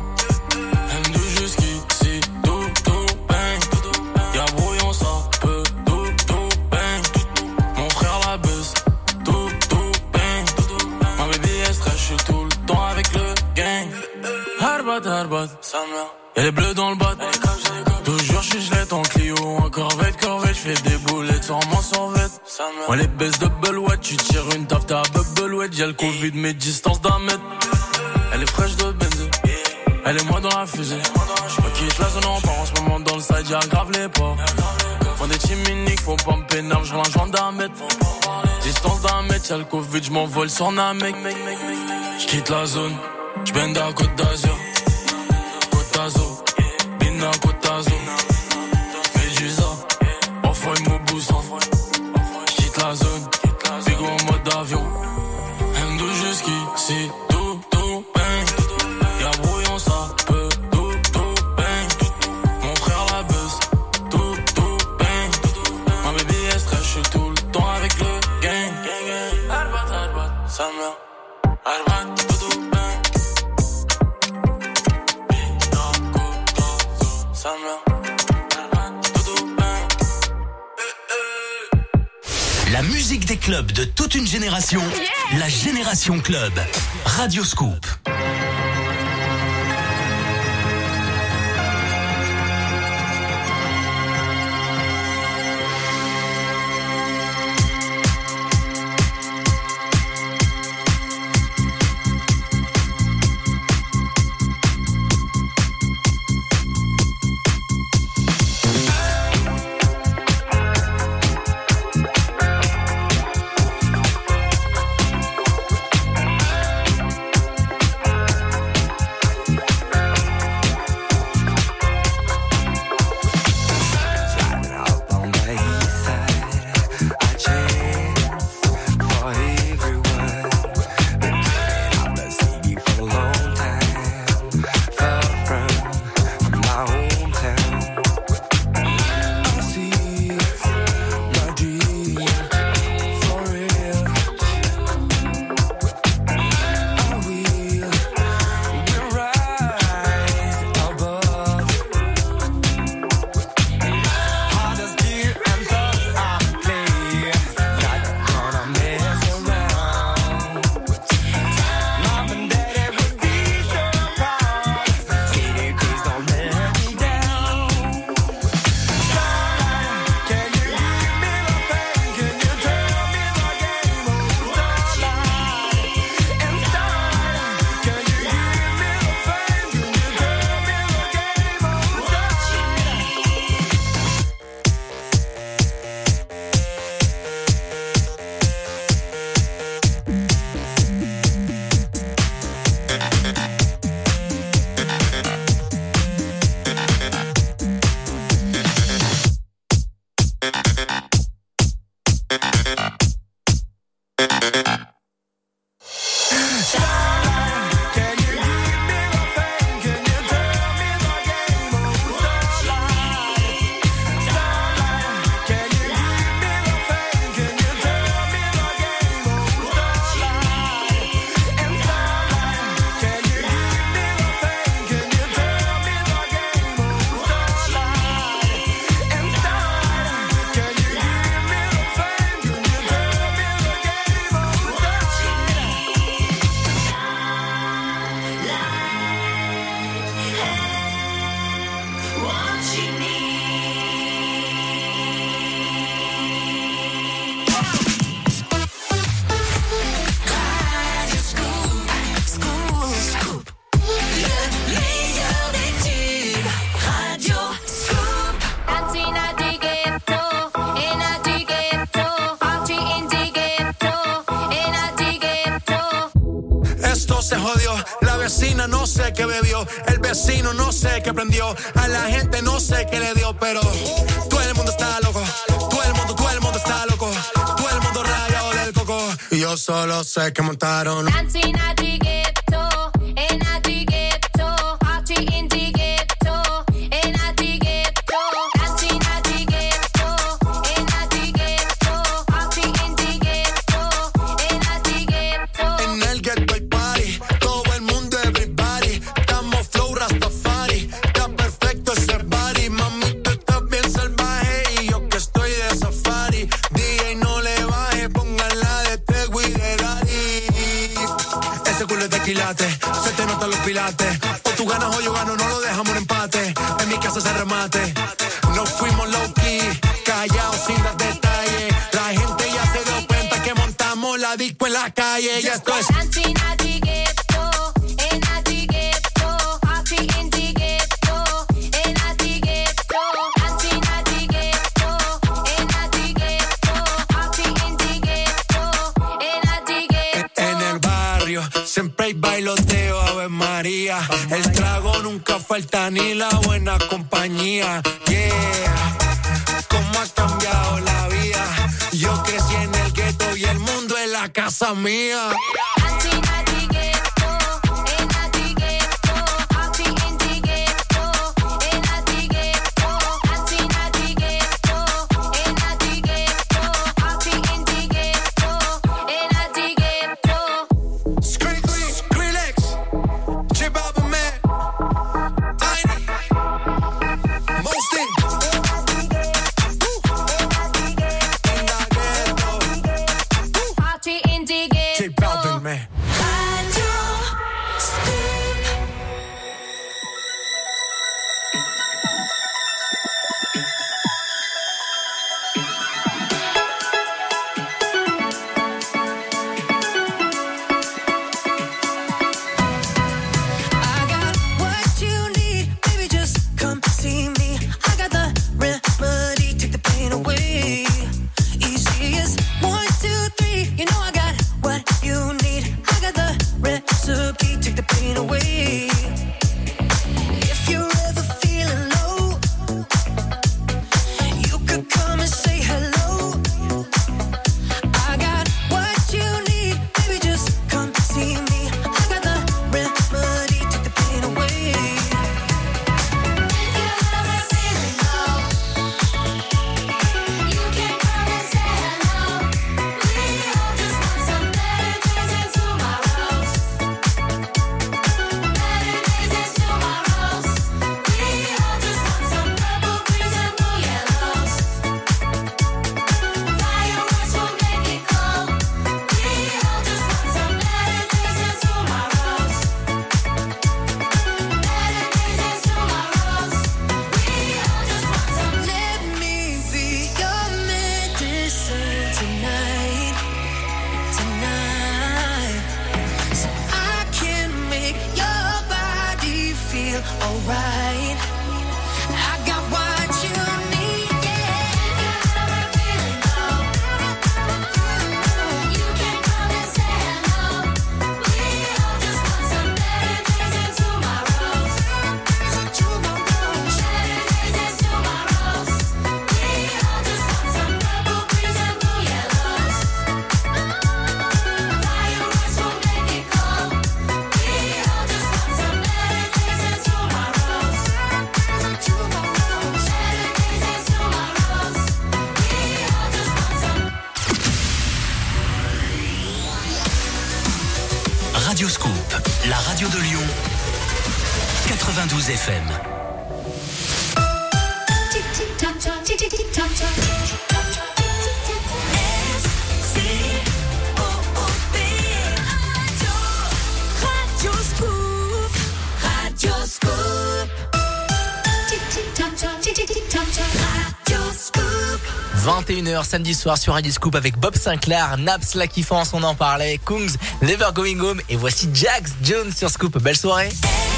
S19: M deux jusqu'ici, tout, tout, bang. Y'a brouillon, ça peut, tout, tout, bang. Mon frère la buzz, tout, tout, bang. Ma baby est stress, j'suis tout le temps avec le gang. Harbat, harbat, sa mère. Y'a les bleus dans le bat. Toujours j'suis gelette en Clio, en corvette, corvette, j'fais des boulettes sans mon survette. Moi les baisses de Belouette, tu tires une taf, t'as Belouette. Y'a le Covid, mes distances d'un mètre. Elle est fraîche de Benz, elle est moi dans la fusée. J'me quitte la zone en part, en ce moment dans le side, y'a grave les pas. Font des chiminiques, faut pas me pénal, j'relance joint d'un mètre. Distance d'un mètre, y'a le Covid, j'm'envole sur Namek. J'quitte la zone, j'bende à Côte d'Azur. Côte d'Azur, Bina Côte d'Azur. Médusa, Off-White Mobusan. J'quitte la zone, Bigo en mode avion. M deux jusqu'ici, tout, tout, bang. Y'a brouillon, ça peut, tout, tout, bang. Mon frère la buzz, tout, tout, bang. Ma baby est stress, j'suis tout le temps avec le gang. Arbat, arbat, sa mère. Arbat, tout, tout, bang. Bina Côte d'Azur, sa mère.
S2: La musique des clubs de toute une génération, yeah. La Génération Club. Radio Scoop.
S20: vecina no sé qué bebió, el vecino no sé qué prendió, a la gente no sé qué le dio, pero todo el mundo está loco, todo el mundo, todo el mundo está loco, todo el mundo rayado del coco. Y yo solo sé que montaron.
S8: Dancing at the ghetto, in at the ghetto, party in the ghetto, in at the ghetto, dancing at the ghetto, in at the ghetto, party in the ghetto, in at the ghetto.
S20: En el ghetto hay party, todo el mundo everybody, estamos flow Rastafari, está perfecto ese body, mami tú estás bien salvaje y yo que estoy de safari, D J no le baje, póngala de Tego y de Daddy. Ese culo es de quilate, se te notan los pilates, o tú ganas o yo gano, no lo dejamos en empate, en mi casa se remate, nos fuimos low key, callados sin dar detalles, la gente ya se dio cuenta que montamos la disco en la calle, y esto es
S8: Dancing at the ghetto, in at the ghetto, party in the ghetto, in at the ghetto, dancing at the ghetto, in at the ghetto, party in the ghetto, in at the ghetto.
S20: en el barrio, siempre hay bailoteo, Ave María, el trago nunca falta ni la buena compañía, yeah, cómo ha cambiado la vida, yo crecí en el ghetto y el mundo es la casa mía.
S8: Dancing at the ghetto, in at the ghetto, party in the ghetto, in at the ghetto, dancing at the ghetto, in at the ghetto, party in the ghetto, in at the ghetto.
S20: Skrillex, Skrillex, J-Baba Man, Tiny, Mostin,
S8: Party in the ghetto.
S20: J-Baba Man.
S6: I got what you need, baby, just come see me. I got the remedy, take the pain away. Easy as one, two, three. You know I got what you need. I got the recipe, take the pain away. If you're ever feeling low, you could come and say hello. I got what you need, baby, just come see me. I got the remedy, take the pain away. Let me be your medicine tonight, tonight, so I can make your body feel alright. I got what you need, yeah. You can come and say hello. We all just want some better days and tomorrows. Better days and tomorrows. We all just want some purple greens and blue yellows. Fireworks will make it cold. We all just want some better days and tomorrows. Better days and tomorrows. We all just want some.
S2: Radio Scoop, la radio de Lyon, quatre-vingt-douze F M.
S6: Radio Scoop, Radio Scoop, Radio Scoop.
S3: vingt et une heures samedi soir sur Radio Scoop avec Bob Sinclair, Naps La Kiffance, on en parlait, Kungs, Never Going Home, et voici Jax Jones sur Scoop. Belle soirée.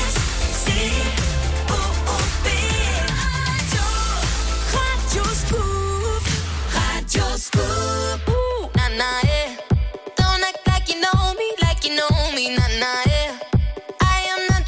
S6: Radio Scoop, Radio Scoop. Ooh, nah, nah, yeah. Don't act like you know me, like you know me, nah, nah, yeah. I am not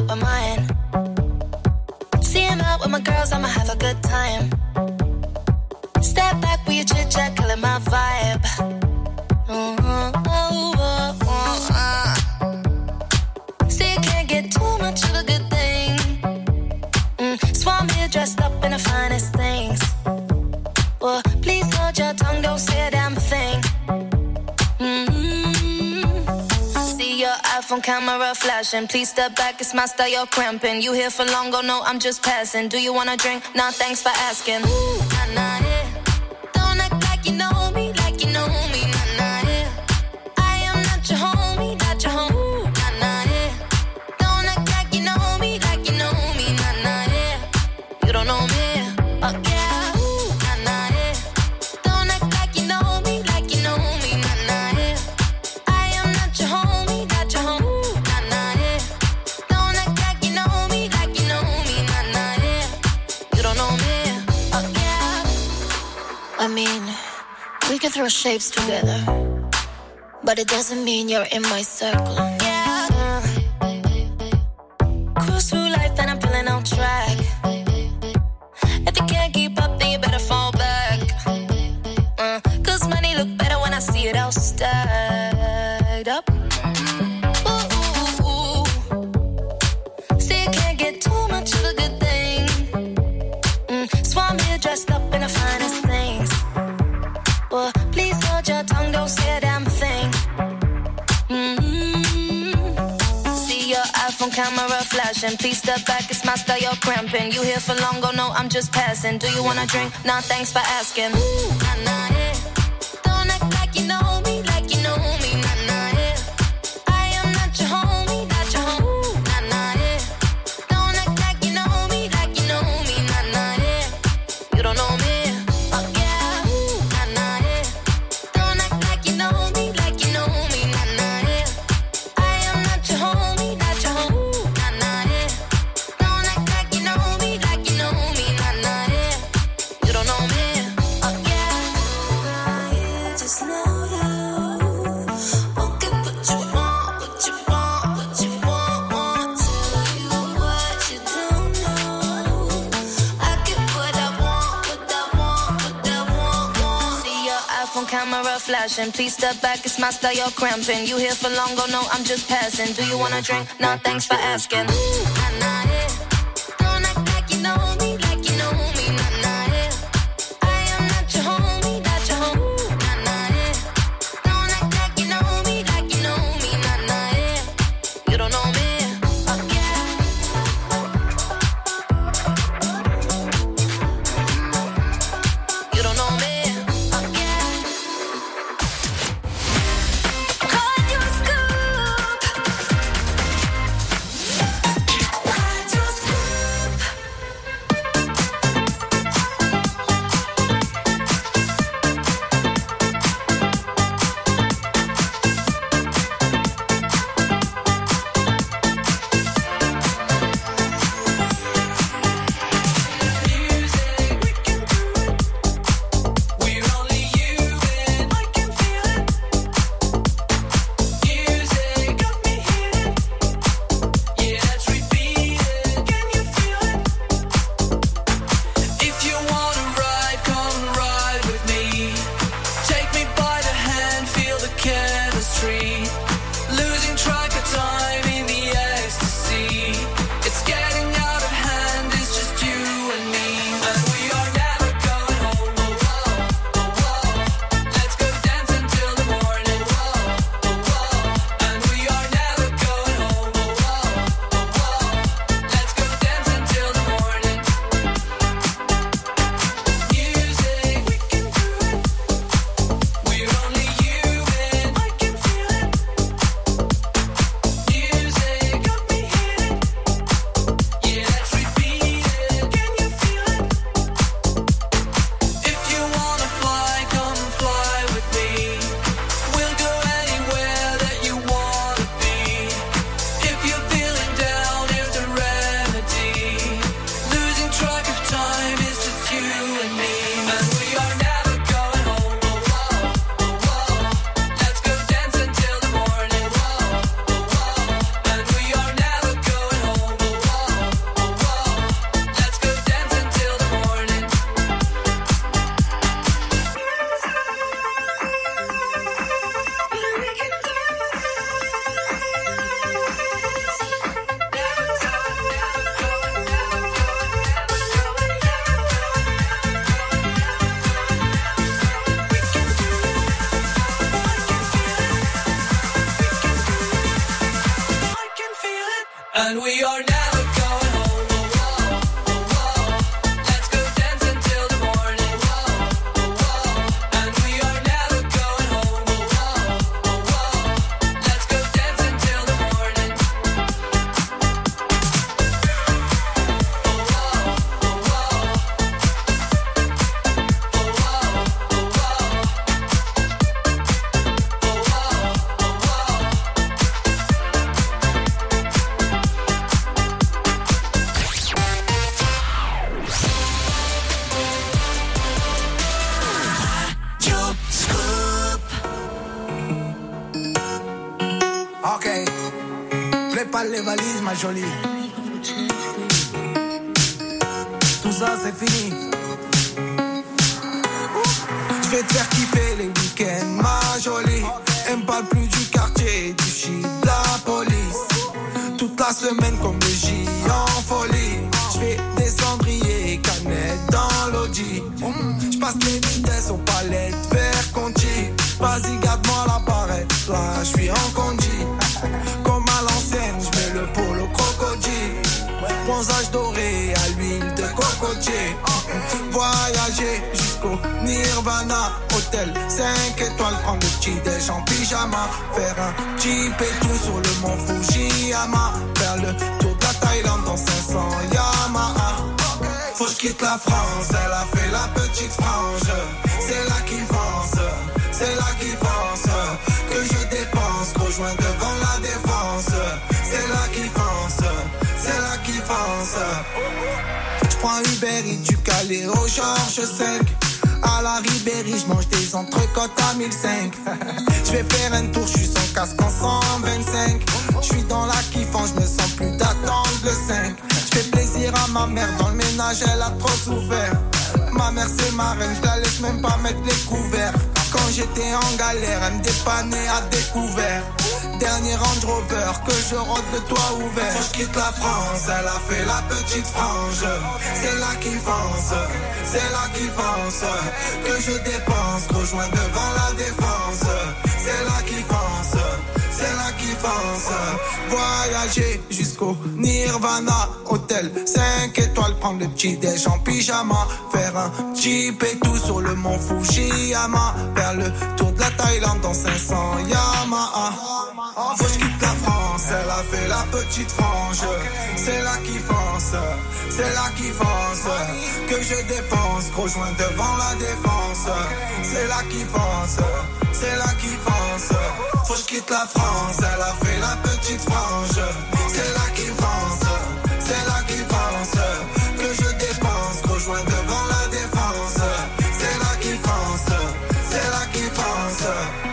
S8: with mine. See him out with my girls, I'ma have a good time. Step back with your chit chat, killing my vibe. Mm-hmm. Oh, oh, oh, uh. See, you can't get too much of a good thing. Mm. Swan here dressed up in the finest things. Well, please hold your tongue, don't say a damn thing. Mm-hmm. See your iPhone camera flashing. Please step back, it's my style, you're cramping. You here for long, oh no, I'm just passing. Do you wanna drink? Nah, thanks for asking. Ooh, nah, nah, yeah. Don't act like you know me, like you know me, nah, nah, yeah. I am not your homie, not your homie. Ooh, nah, nah, yeah. Don't act like you know me, like you know me, nah, nah, yeah. You don't know me, oh yeah. Ooh, nah, nah, yeah. Don't act like you know me, like you know me, nah, nah, yeah. I am not your homie, not your homie. Ooh, nah, nah, yeah. Don't act like you know me, like you know me, nah, nah, yeah. You don't know me, oh yeah. I mean, we can throw shapes together, but it doesn't mean you're in my circle. Yeah. Cruise through life and I'm feeling on track. If you can't keep up, then you better fall back. Uh, Cause money look better when I see it all stacked up. Ooh, ooh, ooh. See, you can't get too much of a good thing. Mm, Swan here dressed up in the finest things. Well, please hold your tongue, don't say a damn thing. Mm-hmm. See your iPhone camera flashing. Please step back, it's my style, you're cramping. You here for long, oh no, I'm just passing. Do you wanna drink? Nah, thanks for asking. Ooh, nah, nah, yeah. Don't act like you know me, like you know me, nah, nah, yeah. I am not your homie, not your homie. Ooh, nah, nah, yeah. Don't act like you know me, like you know me, nah, nah, yeah. You don't know me, oh yeah. Ooh, nah, nah, yeah. Don't act like you know me, like you know me, nah, nah, yeah. I am not your homie, not your homie. Ooh, nah, nah, yeah. Don't act like you know me, like you know me, nah, nah, yeah. You don't know me, oh yeah. You just know you won't get what you want, what you want, what you want, want. Tell you what you don't know. I get what I want, what I want, what I want, want. See your iPhone camera flashing. Please step back, it's my style, you're cramping. You here for long, oh no, I'm just passing. Do you wanna drink? Nah, thanks for asking. Ooh, nah, nah, yeah. Don't act like you know me, like you know me, nah, nah, yeah. I am not your homie, not your homie. Ooh, nah, nah, yeah. Don't act like you know me, like you know me, nah, nah, yeah. You don't know me, oh yeah. You don't know me, oh yeah. Radio Scoop. Radio
S20: prépare les valises, ma jolie. Tout ça, c'est fini. Je vais te faire kiffer les week-ends, ma jolie. Elle me parle plus du quartier, du shit, de la police. Toute la semaine comme le J en folie. Je fais des cendriers, canettes dans l'audi. J'passe les vitesses aux palettes, vers Conti. Vas-y, garde-moi la barrette, là j'suis en condi. Comme à l'ancienne, j'mets le polo crocodile. Bronzage doré à l'huile de cocotier. Voyager jusqu'au Nirvana. Hôtel cinq étoiles, prendre le petit déj en pyjama. Faire un petit pétou sur le mont Fujiyama. Faire le tour de la Thaïlande dans cinq cents Yamaha. Faut que je quitte la France, elle a fait la petite frange. C'est là qui fonce, c'est là qui fonce. Que je dépense, rejoins devant la défense. C'est là qui fonce, c'est là qui fonce. J'prends Uber Eats du Calais au Georges cinq. À la Ribéry, j'mange des entrecôtes à mille cinq. J'vais faire un tour, j'suis sans casque en cent vingt-cinq. J'suis dans la kiffance, j'me sens plus d'attendre le cinq. J'fais plaisir à ma mère, dans le ménage elle a trop souffert. Ma mère c'est ma reine, j'la laisse même pas mettre les couverts. Quand j'étais en galère, elle me dépannait à découvert. Dernier Range Rover, que je rentre de toit ouvert. Faut que je quitte la France, elle a fait la petite frange. C'est là qui fonce, c'est là qui fonce. Que je dépense, rejoins devant la défense. C'est là qui fonce, c'est là qui fonce. Voyager jusqu'au Nirvana. Hôtel cinq étoiles, prendre le petit déj en pyjama. Faire un petit pétou sur le mont Fujiyama. Faire le tour de la Thaïlande dans cinq cents Yamaha. Faut que je quitte la France, elle a fait la petite frange. C'est là qui fonce, c'est là qui fonce. Que je dépense, rejoins devant la défense. C'est là qui fonce, c'est là qui fonce. Faut que je quitte la France, elle a fait la petite frange. C'est là qui fonce, c'est là qui fonce. Que je dépense, rejoins devant la défense. C'est là qui fonce, c'est là qui fonce.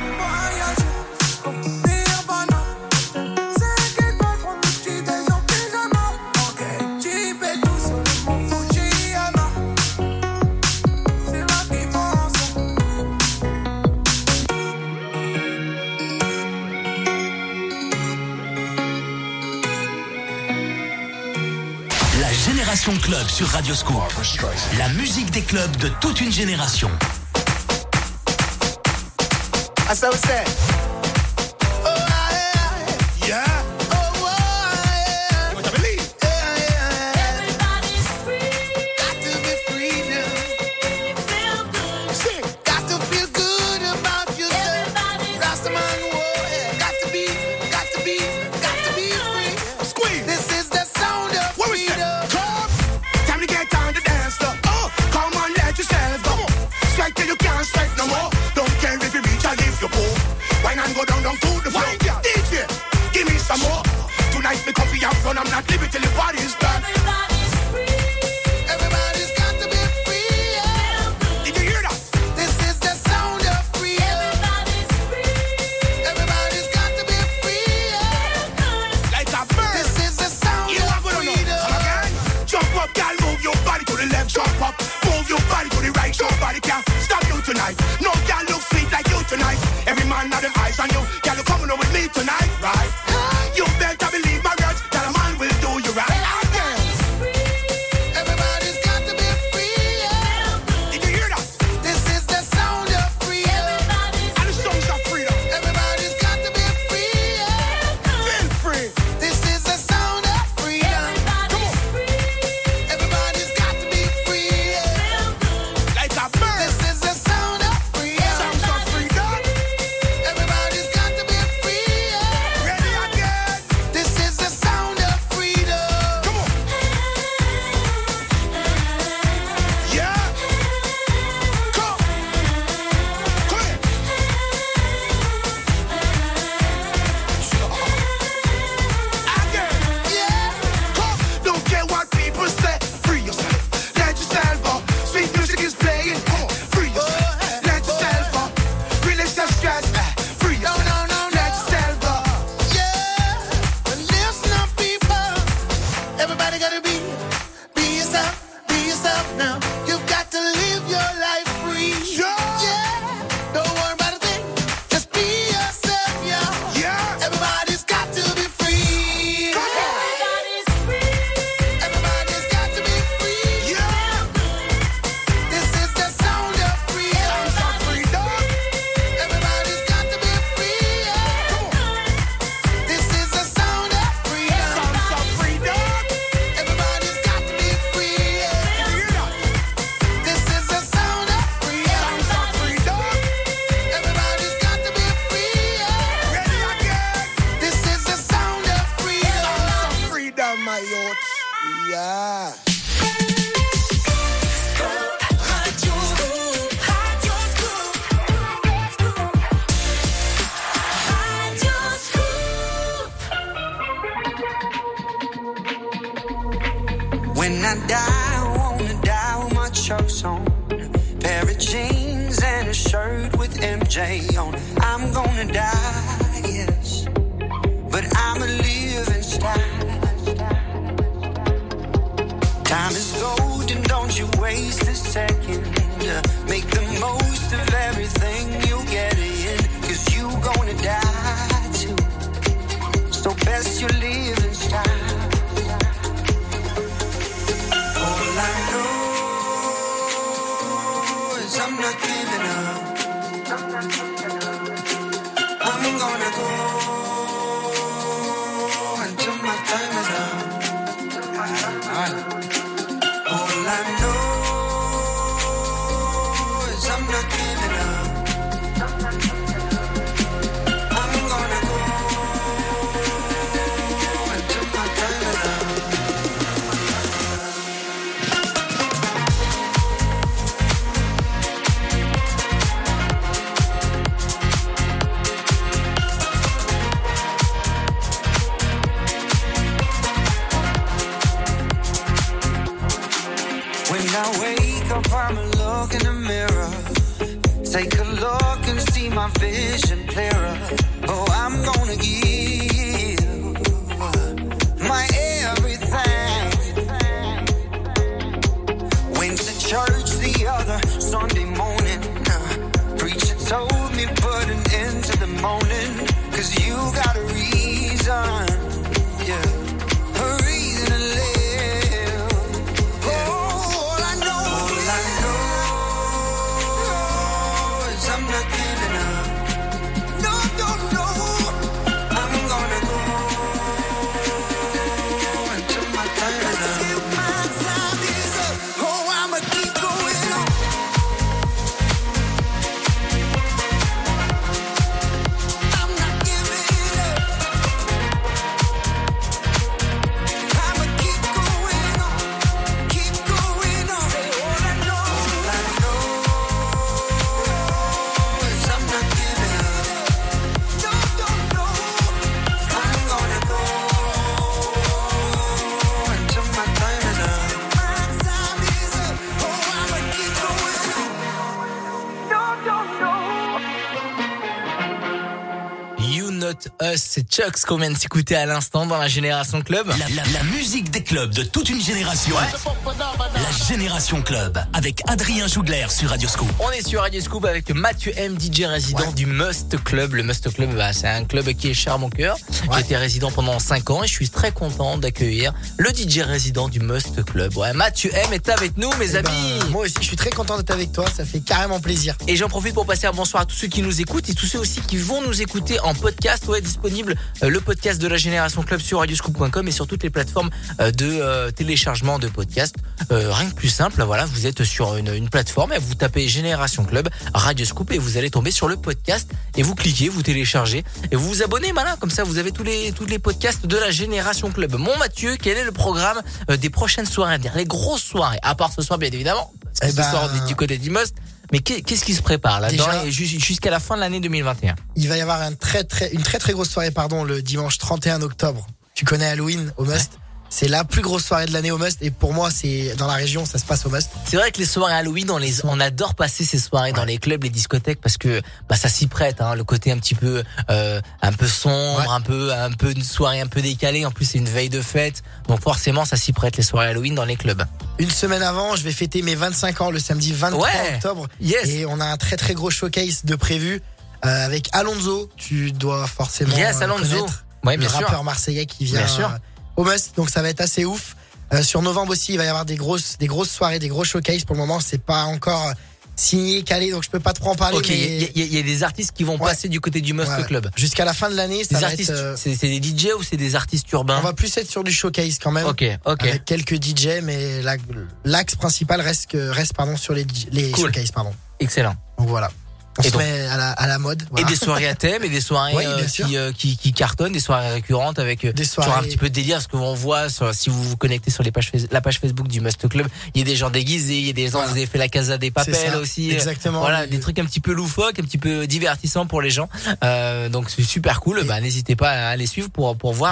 S2: Génération Club sur Radio Scoop. La musique des clubs de toute une génération.
S20: I saw what's that? Oh, yeah. Yeah. Oh, oh, yeah. What I believe? Yeah, yeah. Everybody's free. Got to be free now. Feel good. Sing. Got to feel good about yourself. Everybody's Rastaman, whoa, yeah. Got to be, got to be, got to be free. Squeeze. This is the sound of what freedom. Come. Time to get on the dance floor. Oh, come on, let yourself go. Strike till you can't strike no more. Don't care if you reach or if you go. Wine and go down, down to the floor. D J, give me some more. Tonight me coffee up front, I'm not leaving till the party's done. Everybody's free. Everybody's got to be free. Yeah. Did you hear that? This is the sound of freedom. Everybody's free. Everybody's got to be free. Yeah. Like a bird. This is the sound you of freedom. Come again. Jump up, girl, move your body to the left. Jump up, move your body to the right. Nobody can stop you tonight. No girl look sweet like you tonight. Every man have them eyes on you. Girl, you coming on with me tonight, right? You better believe my words. That a man will do you right. Everybody's free. Everybody's got to be free. Yeah. Did you hear that? This is the sound of freedom. Everybody's and the songs of freedom. Everybody's got to be free. Yeah. Feel free. This is the sound of freedom. Come on. Free. Everybody's got to be free. Yeah. Like a bird. This is the sound of die, wanna die with my chucks on. Pair of jeans and a shirt with M J on. I'm gonna die, yes, but I'm a living style. Time is gold and don't you waste a second. Make the most of everything you get in, cause you gonna die too. So best you live in style. All I know is I'm not giving up. I'm gonna go until my time is up. All I know is I'm not giving up. I'm gonna go until my time is up. When I wake up, I'ma look in the mirror. Take a look and see my vision clearer. Oh, I'm gonna give my everything. Went to church the other Sunday morning. Preacher told me put an end to the moaning, cause you got a reason, yeah, a reason to live.
S3: Us, c'est Chucks qu'on vient de s'écouter à l'instant dans la Génération Club.
S2: La, la, la musique des clubs de toute une génération. Ouais. La Génération Club avec Adrien Jougler sur Radio Scoop.
S3: On est sur Radio Scoop avec Mathieu M, D J résident ouais. du Must Club. Le Must Club, bah, c'est un club qui est cher à mon cœur. Ouais. J'ai été résident pendant cinq ans et je suis très content d'accueillir le D J résident du Must Club. Ouais, Mathieu M est avec nous, mes
S4: eh
S3: amis.
S4: Ben, moi aussi, je suis très content d'être avec toi. Ça fait carrément plaisir.
S3: Et j'en profite pour passer un bonsoir à tous ceux qui nous écoutent et tous ceux aussi qui vont nous écouter en podcast. Ouais, disponible euh, le podcast de la Génération Club sur radioscoop point com et sur toutes les plateformes euh, de euh, téléchargement de podcasts. Euh, rien que plus simple, voilà, vous êtes sur une, une plateforme et vous tapez Génération Club, Radio Scoop et vous allez tomber sur le podcast et vous cliquez, vous téléchargez et vous vous abonnez, malin, comme ça vous avez tous les tous les podcasts de la Génération Club. Mon Mathieu, quel est le programme euh, des prochaines soirées à venir, les grosses soirées, à part ce soir bien évidemment, parce que eh ce ben... soir on est du côté du Must. Mais qu'est-ce qui se prépare là Déjà, dans, jusqu'à la fin de l'année deux mille vingt et un?
S4: Il va y avoir un très, très, une très très grosse soirée pardon, le dimanche trente et un octobre. Tu connais Halloween au Must ouais. C'est la plus grosse soirée de l'année au Must et pour moi c'est dans la région, ça se passe au Must.
S3: C'est vrai que les soirées Halloween, on, les, on adore passer ces soirées ouais. dans les clubs, les discothèques parce que bah ça s'y prête, hein, le côté un petit peu euh, un peu sombre, ouais. un peu un peu une soirée un peu décalée. En plus c'est une veille de fête, donc forcément ça s'y prête les soirées Halloween dans les clubs.
S4: Une semaine avant, je vais fêter mes vingt-cinq ans le samedi vingt-trois ouais. octobre
S3: yes.
S4: et on a un très très gros showcase de prévu euh, avec Alonso. Tu dois forcément
S3: yes,
S4: euh,
S3: Alonso.
S4: Ouais,
S3: bien
S4: le
S3: sûr.
S4: rappeur marseillais qui vient
S3: bien sûr.
S4: Euh, au Must, donc ça va être assez ouf. Euh, sur novembre aussi, il va y avoir des grosses, des grosses soirées, des gros showcases. Pour le moment, c'est pas encore signé, calé, donc je peux pas trop en parler.
S3: Ok, il mais... y, y, y a des artistes qui vont ouais. passer du côté du Must ouais. Club.
S4: Jusqu'à la fin de l'année, ça
S3: des
S4: va
S3: artistes,
S4: être. Euh...
S3: C'est, c'est des D J ou c'est des artistes urbains?
S4: On va plus être sur du showcase quand même.
S3: Ok, ok.
S4: Avec quelques D J, mais la, l'axe principal reste, reste pardon sur les, les cool. showcases, pardon.
S3: Excellent.
S4: Donc voilà. On
S3: et
S4: se
S3: donc,
S4: met à la, à la mode.
S3: Voilà. Et des soirées à thème et des soirées
S4: oui,
S3: euh, qui, euh, qui, qui cartonnent, des soirées récurrentes avec des soirées... genre un petit peu de délire. Ce que on voit sur, si vous vous connectez sur les pages, la page Facebook du Must Club, il y a des gens déguisés, il y a des gens, voilà. Vous avez fait la Casa des Papels aussi.
S4: Exactement.
S3: Voilà,
S4: oui.
S3: Des trucs un petit peu loufoques, un petit peu divertissants pour les gens. Euh, donc c'est super cool. Et... Bah, n'hésitez pas à aller suivre pour, pour voir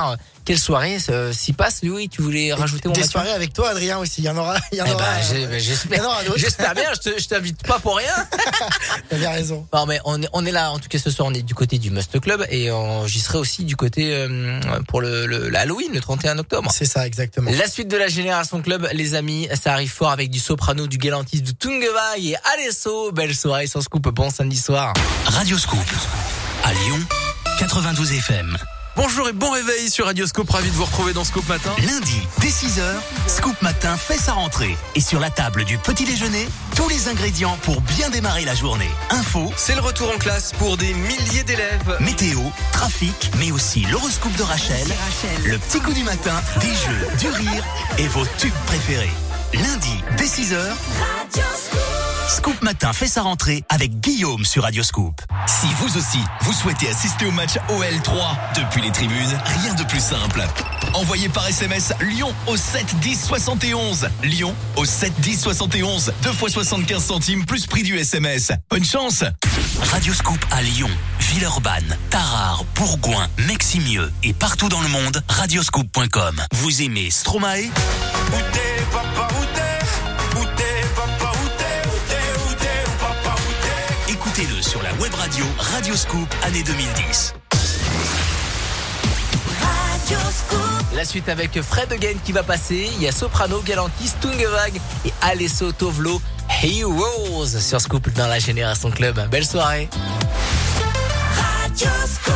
S3: quelle soirée euh, s'y passe. Louis, tu voulais rajouter mon
S4: Des
S3: Mathieu
S4: soirées avec toi, Adrien, aussi. Il y en aura. Il y en
S3: Eh
S4: aura.
S3: ben,
S4: euh,
S3: j'ai- ben, j'espère,
S4: il y en aura d'autres.
S3: j'espère bien. Je, te, je t'invite pas pour rien.
S4: T'as bien raison.
S3: Non, mais on est, on est là. En tout cas, ce soir, on est du côté du Must Club et on, j'y serai aussi du côté euh, pour le, le, le Halloween, le trente et un octobre.
S4: C'est ça, exactement.
S3: La suite de la Génération Club, les amis, ça arrive fort avec du Soprano, du Galantis, du Tungeva et Alesso. Belle soirée sur Scoop. Bon samedi soir.
S2: Radio Scoop. À Lyon, quatre-vingt-douze F M.
S13: Bonjour et bon réveil sur Radio Scoop, ravi de vous retrouver dans Scoop Matin.
S2: Lundi, dès six heures, Scoop Matin fait sa rentrée. Et sur la table du petit déjeuner, tous les ingrédients pour bien démarrer la journée. Info,
S13: C'est le retour en classe pour des milliers d'élèves.
S2: météo, trafic, mais aussi l'horoscope de Rachel, le petit coup du matin, des jeux, du rire et vos tubes préférés. Lundi, dès six heures, Scoop Matin fait sa rentrée avec Guillaume sur Radio Scoop.
S21: Si vous aussi, vous souhaitez assister au match O L trois depuis les tribunes, rien de plus simple. Envoyez par S M S Lyon au sept dix soixante et onze. Lyon au sept dix soixante et onze. deux fois soixante-quinze centimes plus prix du S M S. Bonne chance.
S2: Radio Scoop à Lyon, Villeurbanne, Tarare, Bourgoin, Meximieux et partout dans le monde, radioscoop point com. Vous aimez Stromae? Écoutez-le sur la web radio Radio Scoop année deux mille dix.
S3: La suite avec Fred Again qui va passer. Il y a Soprano, Galantis, Tungevag et Alesso Tovlo Heroes sur Scoop dans la Génération Club. Belle soirée.
S8: Radio Scoop.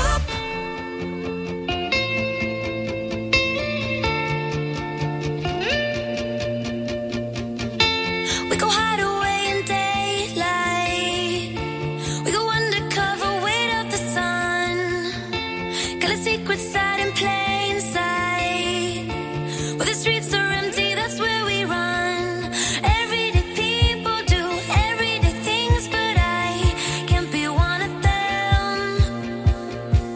S8: We go hide away in daylight. We go undercover, wait out the sun. Got a secret side in plain sight. Where the streets are empty, that's where we run. Everyday people do everyday things, but I can't be one of them.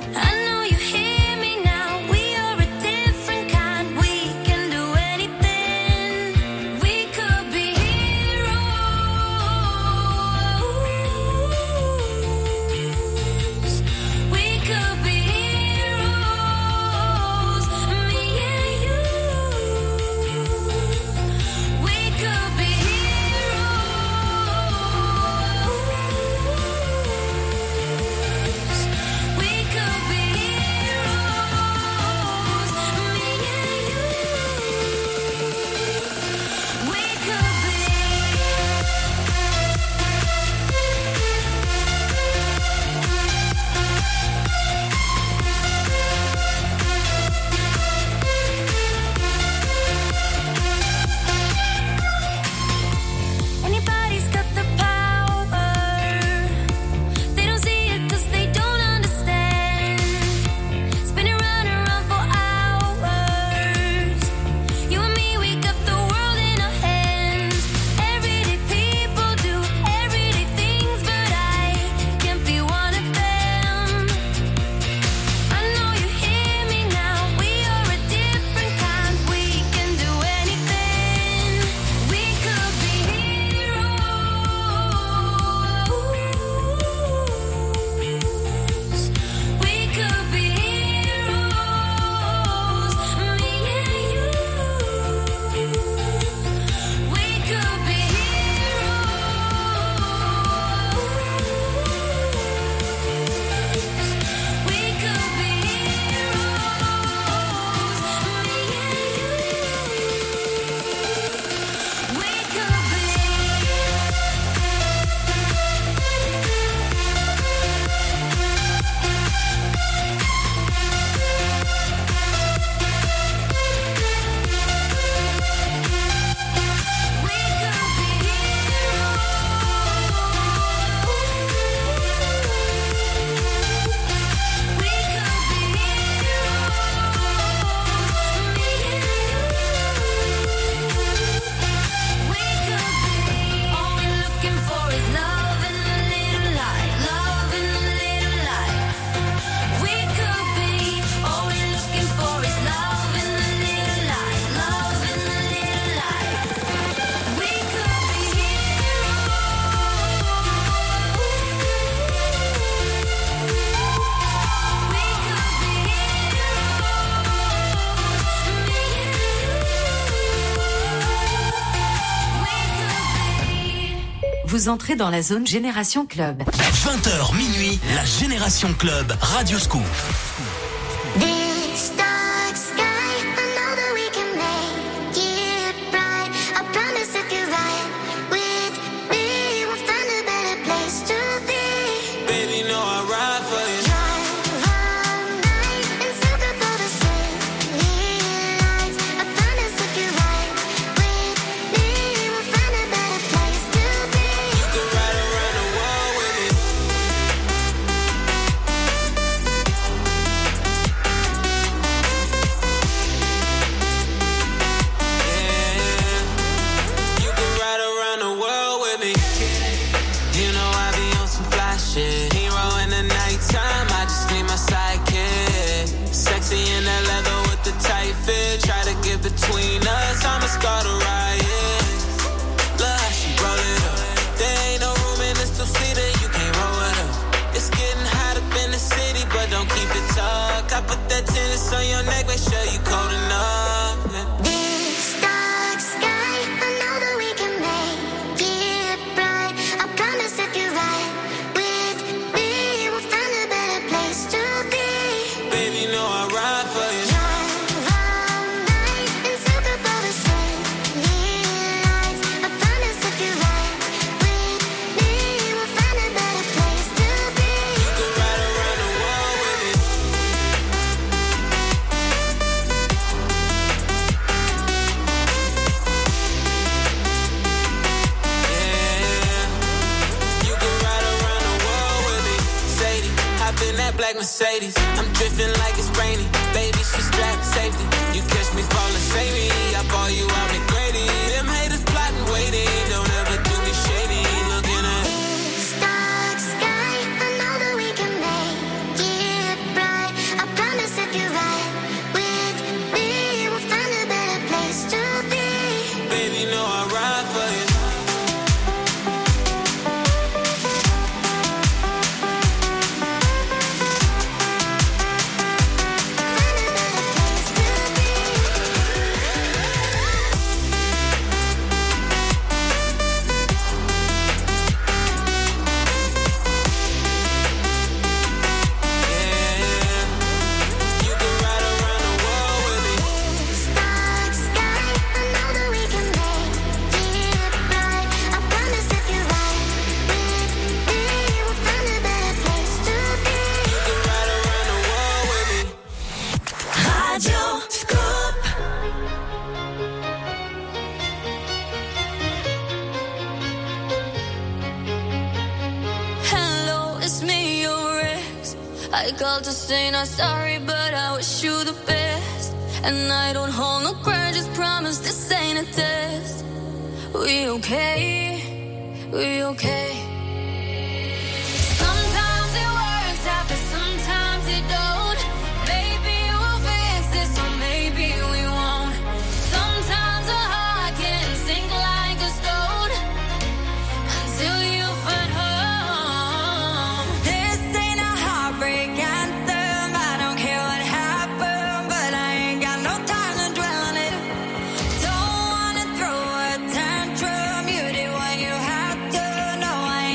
S1: Vous entrez dans la zone Génération Club.
S2: vingt heures minuit, la Génération Club, Radio Scoop.
S14: This dark sky, I know that we can make it bright. I promise if you're right with me, we'll find a better place to be.
S6: Baby, know I ride for you.
S14: Drive all night and soak up all the city lights. I promise if you're right with me, we'll find a better place to be.
S6: You can ride around the world with me. You can ride around the world with me. You know I be on some fly shit. Hero in the nighttime, I just need my sidekick. Sexy in that leather with the tight fit. Try to get between us, I'ma start a riot. Look how she roll it up. There ain't no room in this two-seater, you can't roll it up. It's getting hot up in the city, but don't keep it tucked. I put that tennis on your neck, make sure you cold enough.
S14: This dark sky, I know that we can make it bright. I promise if you're right with me, we'll find a better place to be.
S6: Baby, know I ride for you.
S14: Drive all night and soak up all the city lights. I promise if you're right with me, we'll find a better place to be.
S6: You can ride around the world with me. Yeah, you can ride around the world with me. Sadie, hop in that black Mercedes. I'm drifting like it's rainy. Baby, she strapped safety. You catch me falling, save me. I ball you out McGrady. Them haters plotting, waiting. Don't ever do me shady. Looking at
S14: This dark sky, I know that we can make it bright. I promise if you're right with me, we'll find a better place to be.
S6: baby, know I ride for you. You can ride around the world with me.
S14: This dark sky, I know that we can make it bright. I promise if you're right with me, we'll find a better place to be.
S6: You can ride around the world with me.
S14: Radio Scoop.
S8: Hello, it's me, your ex. I called to say not sorry, but I wish you the best. And I don't hold no grudges, promise this ain't a test. We okay? We okay? Sometimes it works out, but sometimes it don't. Maybe we'll fix this, or maybe we won't. Sometimes a heart can sink like a stone until you find home. This ain't a heartbreak anthem. I don't care what happened, but I ain't got no time to dwell on it. Don't wanna throw a tantrum. You did what you had to. No, I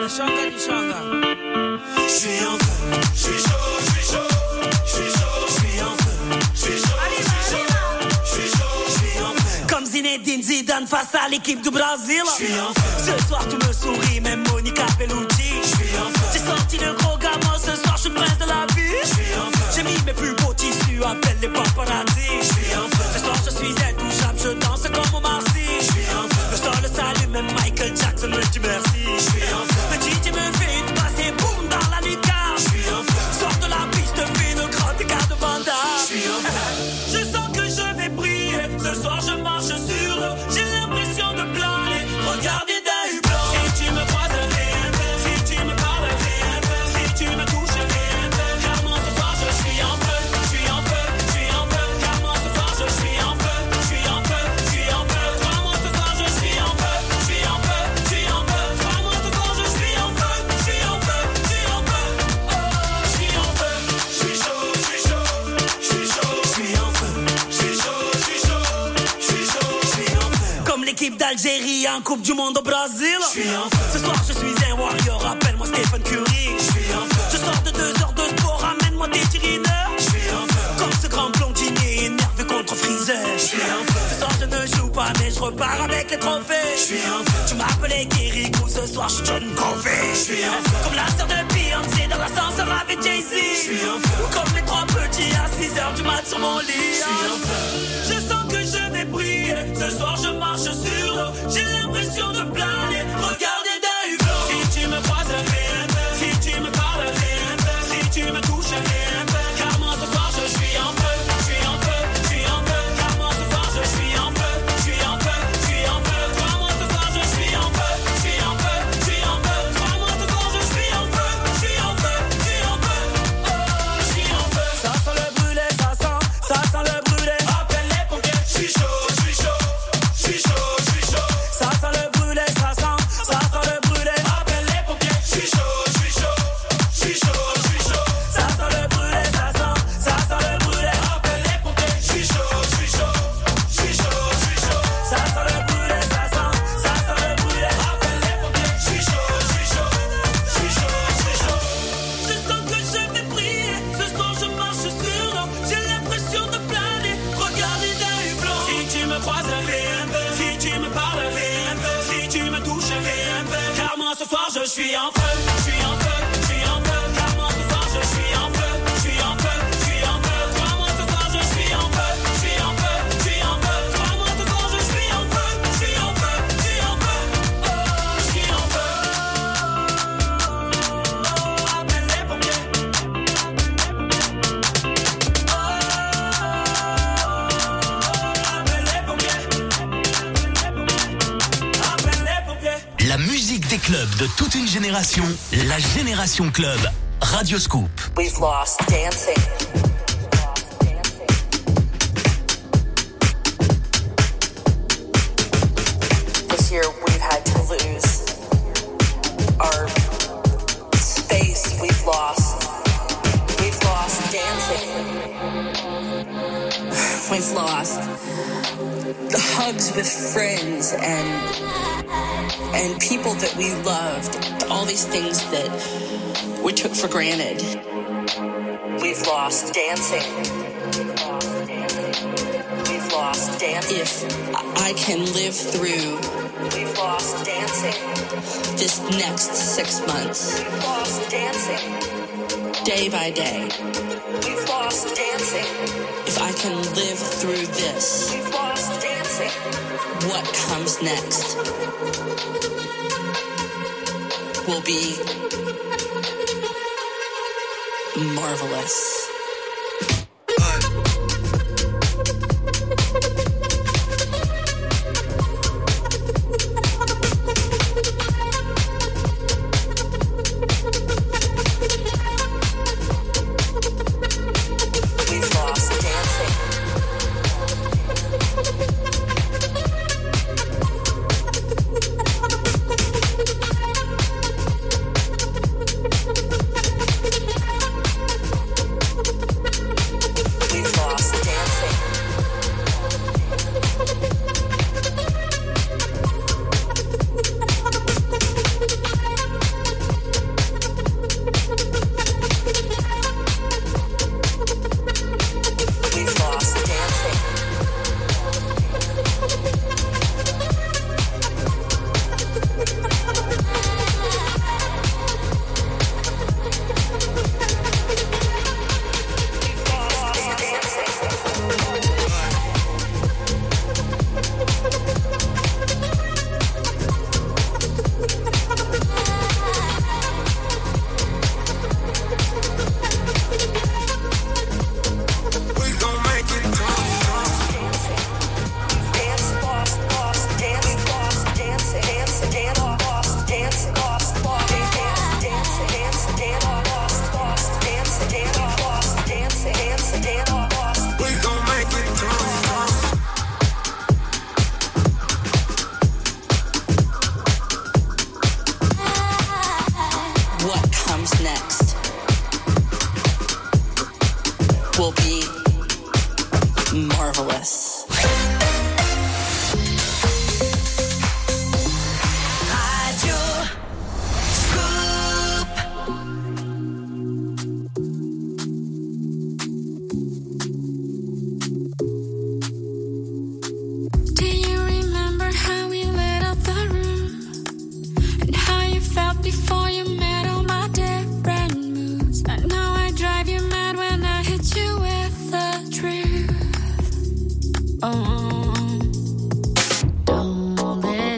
S6: Changa du Changa. Je suis en feu, je suis chaud, je suis chaud, je suis chaud, je suis en feu, je suis chaud, je suis chaud, je suis chaud, je suis en feu. Comme Zinedine Zidane face à l'équipe du Brésil. Je suis en feu. Ce soir tu me souris, même Monica Bellucci. Je suis en feu. J'ai sorti le gros gamin, ce soir je suis le prince de la vie. Je suis en feu. J'ai mis mes plus beaux tissus, appelle les paparazzi. Je suis en feu. Ce soir je suis intouchable, je danse comme au Marcy. Je suis en feu. Le sol le salue, même Michael Jackson me dit merci. Je suis en feu. Le D J me fait une passe et boum dans la lucarne. Je suis en feu. Sors de la piste, fais une grande écart de Vanda. Je suis en feu. Je sens que je vais briller. Ce soir je marche sur l'eau. J'ai l'impression de planer. Regardez d'un hublot. Si tu me croises, rien. Si tu me parles, rien. Si tu me touches, rien. Car moi ce soir je suis en feu. Je suis en feu, je suis en feu. Car moi ce soir je suis en feu. Je suis en feu, je suis en feu. Crois-moi ce soir je suis en feu. Je suis en feu, je suis en feu. Crois-moi ce soir je suis en feu. Je suis en feu, je suis en feu. Oh, je suis en feu. Je suis chaud, je suis chaud. Je suis chaud, je suis en feu. Je suis chaud, je suis chaud. Je suis chaud, je suis en feu. Comme l'équipe d'Algérie en Coupe du Monde au Brésil. Je suis en feu. Ce soir je suis un warrior, appelle-moi Stephen Curry. Je suis en feu. Je sors de deux heures de sport, ramène-moi des tirineurs. Je suis en feu. Comme ce grand blondinier énervé contre Freezer. Je suis en feu. Ce soir je ne joue pas mais je repars avec les trophées. Je suis en feu. Tu m'appelais Kirikou, ce soir je suis John Covey. Je suis en feu. Comme la sœur de Beyoncé dans l'ascenseur avec Jay-Z. Je suis en feu. Ou comme les trois petits à six heures du mat sur mon lit. Je suis en feu. Je sens que je vais briller. Ce soir je marche sur l'eau. J'ai l'impression de planer. Regardez d'un hublot. Si tu me croises, rien. Si tu me parles, rien. Si tu me touches, rien. Car moi ce soir je suis en feu. Je suis en feu, je suis en feu. Car moi ce soir je suis en feu. Je suis en feu, je suis en feu. Crois-moi ce soir je suis en feu. Je suis en feu, je suis en feu. Crois-moi ce soir je suis en feu. Je suis en feu, je suis en feu. Oh, je suis en feu. Ça sent le brûlé, ça sent, ça sent le brûlé. Appelle les pompiers. Je suis chaud, je suis chaud. Je suis chaud, je suis chaud. Ça sent le brûlé, ça sent, ça sent le brûlé. Appelle les pompiers. Je suis chaud, je suis chaud. Je suis chaud, je suis chaud. Ça sent le brûlé, ça sent, ça sent le brûlé. Appelle les pompiers. Je suis chaud, je suis chaud. Je suis chaud, je suis chaud. Ça sent le brûlé, ça sent, ça sent le brûlé. Appelle les pompiers. Je suis chaud, je suis chaud. Je suis chaud, je suis chaud. Je sens que je vais briller. Ce soir je marche sur l'eau. J'ai l'impression de planer. Regardez d'un hublot. Si tu me croises, rien. Si tu me parles, rien. Si tu me touches, rien. Car moi ce soir je suis en feu. Je suis en feu, je suis en feu. Car moi ce soir je suis en feu. Je suis en feu, je suis en feu. Crois-moi ce soir je suis en feu. Je suis en feu, je suis en feu. Crois-moi ce soir je suis en feu. Je suis en feu, je suis en feu. Oh, je suis en feu. Oh, appelle les pompiers. Oh, appelle les pompiers. Appelle les pompiers.
S2: La musique des clubs de toute une génération, la Génération Club, Radio Scoop.
S7: We've lost dancing. This year we've had to lose our space. We've lost. We've lost dancing. We've lost the hugs with friends and and people that we loved. All these things that we took for granted. We've lost dancing. We've lost dancing. If I can live through We've lost dancing. This next six months. We've lost dancing. Day by day. We've lost dancing. If I can live through this. We've lost dancing. What comes next will be marvelous.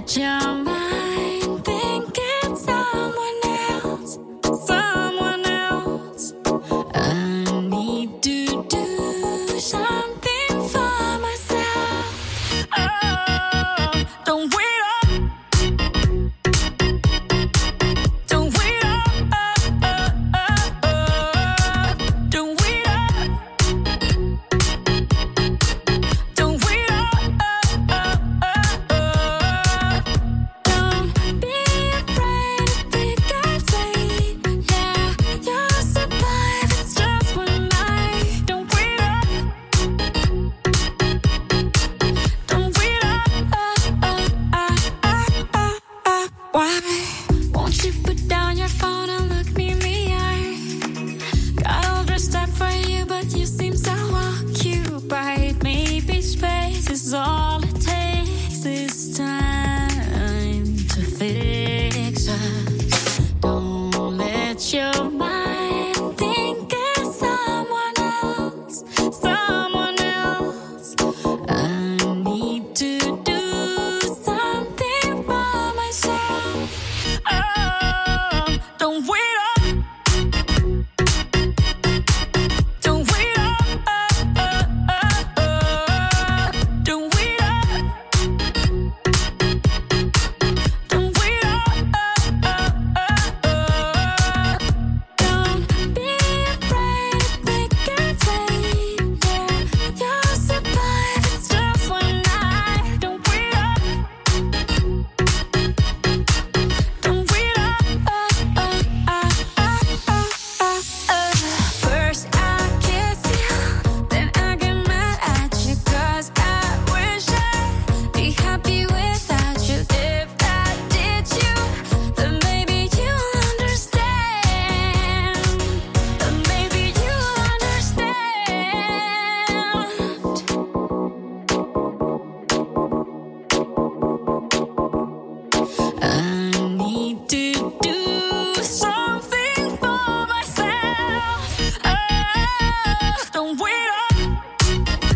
S8: let your mind think it's someone else, someone else. I need to do something for myself. Oh, don't wait up. Don't wait up. Oh, oh, oh, oh. Don't wait up. Don't wait up. Oh, oh, oh, oh. Don't be afraid to pick and say, yeah, you'll survive. It's just one night. Don't wait up. Don't wait up. Oh, oh, oh, oh, oh, oh. Why won't you put down your phone and look me in the eye? Got all dressed up for you, but you seem so occupied. Maybe space is all it takes this time to fix us. Don't let your mind think it's someone else, someone else. I need to do something for myself. Oh, don't wait up. Don't wait up. Oh, oh, oh, oh. Don't wait up. Don't wait up. Oh, oh, oh, oh. Don't be afraid to pick and say, yeah, you'll survive. It's just one night. Don't wait up. Don't wait up. Oh, oh, oh, oh, oh, oh. First I kiss you, then I get mad at you, 'cause I wish I'd be happy without you. If I did you, then maybe you'll understand. Then maybe you'll understand. I need to do something for myself. Oh, don't wait up.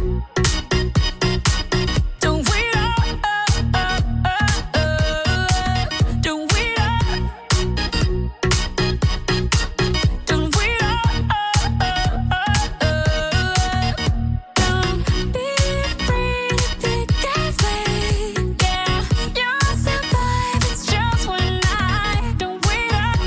S8: Don't wait up. Oh, oh, oh, oh. Don't wait up. Don't wait up. Oh, oh, oh, oh. Don't be afraid to pick and say, yeah, you'll survive. It's just one night. Don't wait up.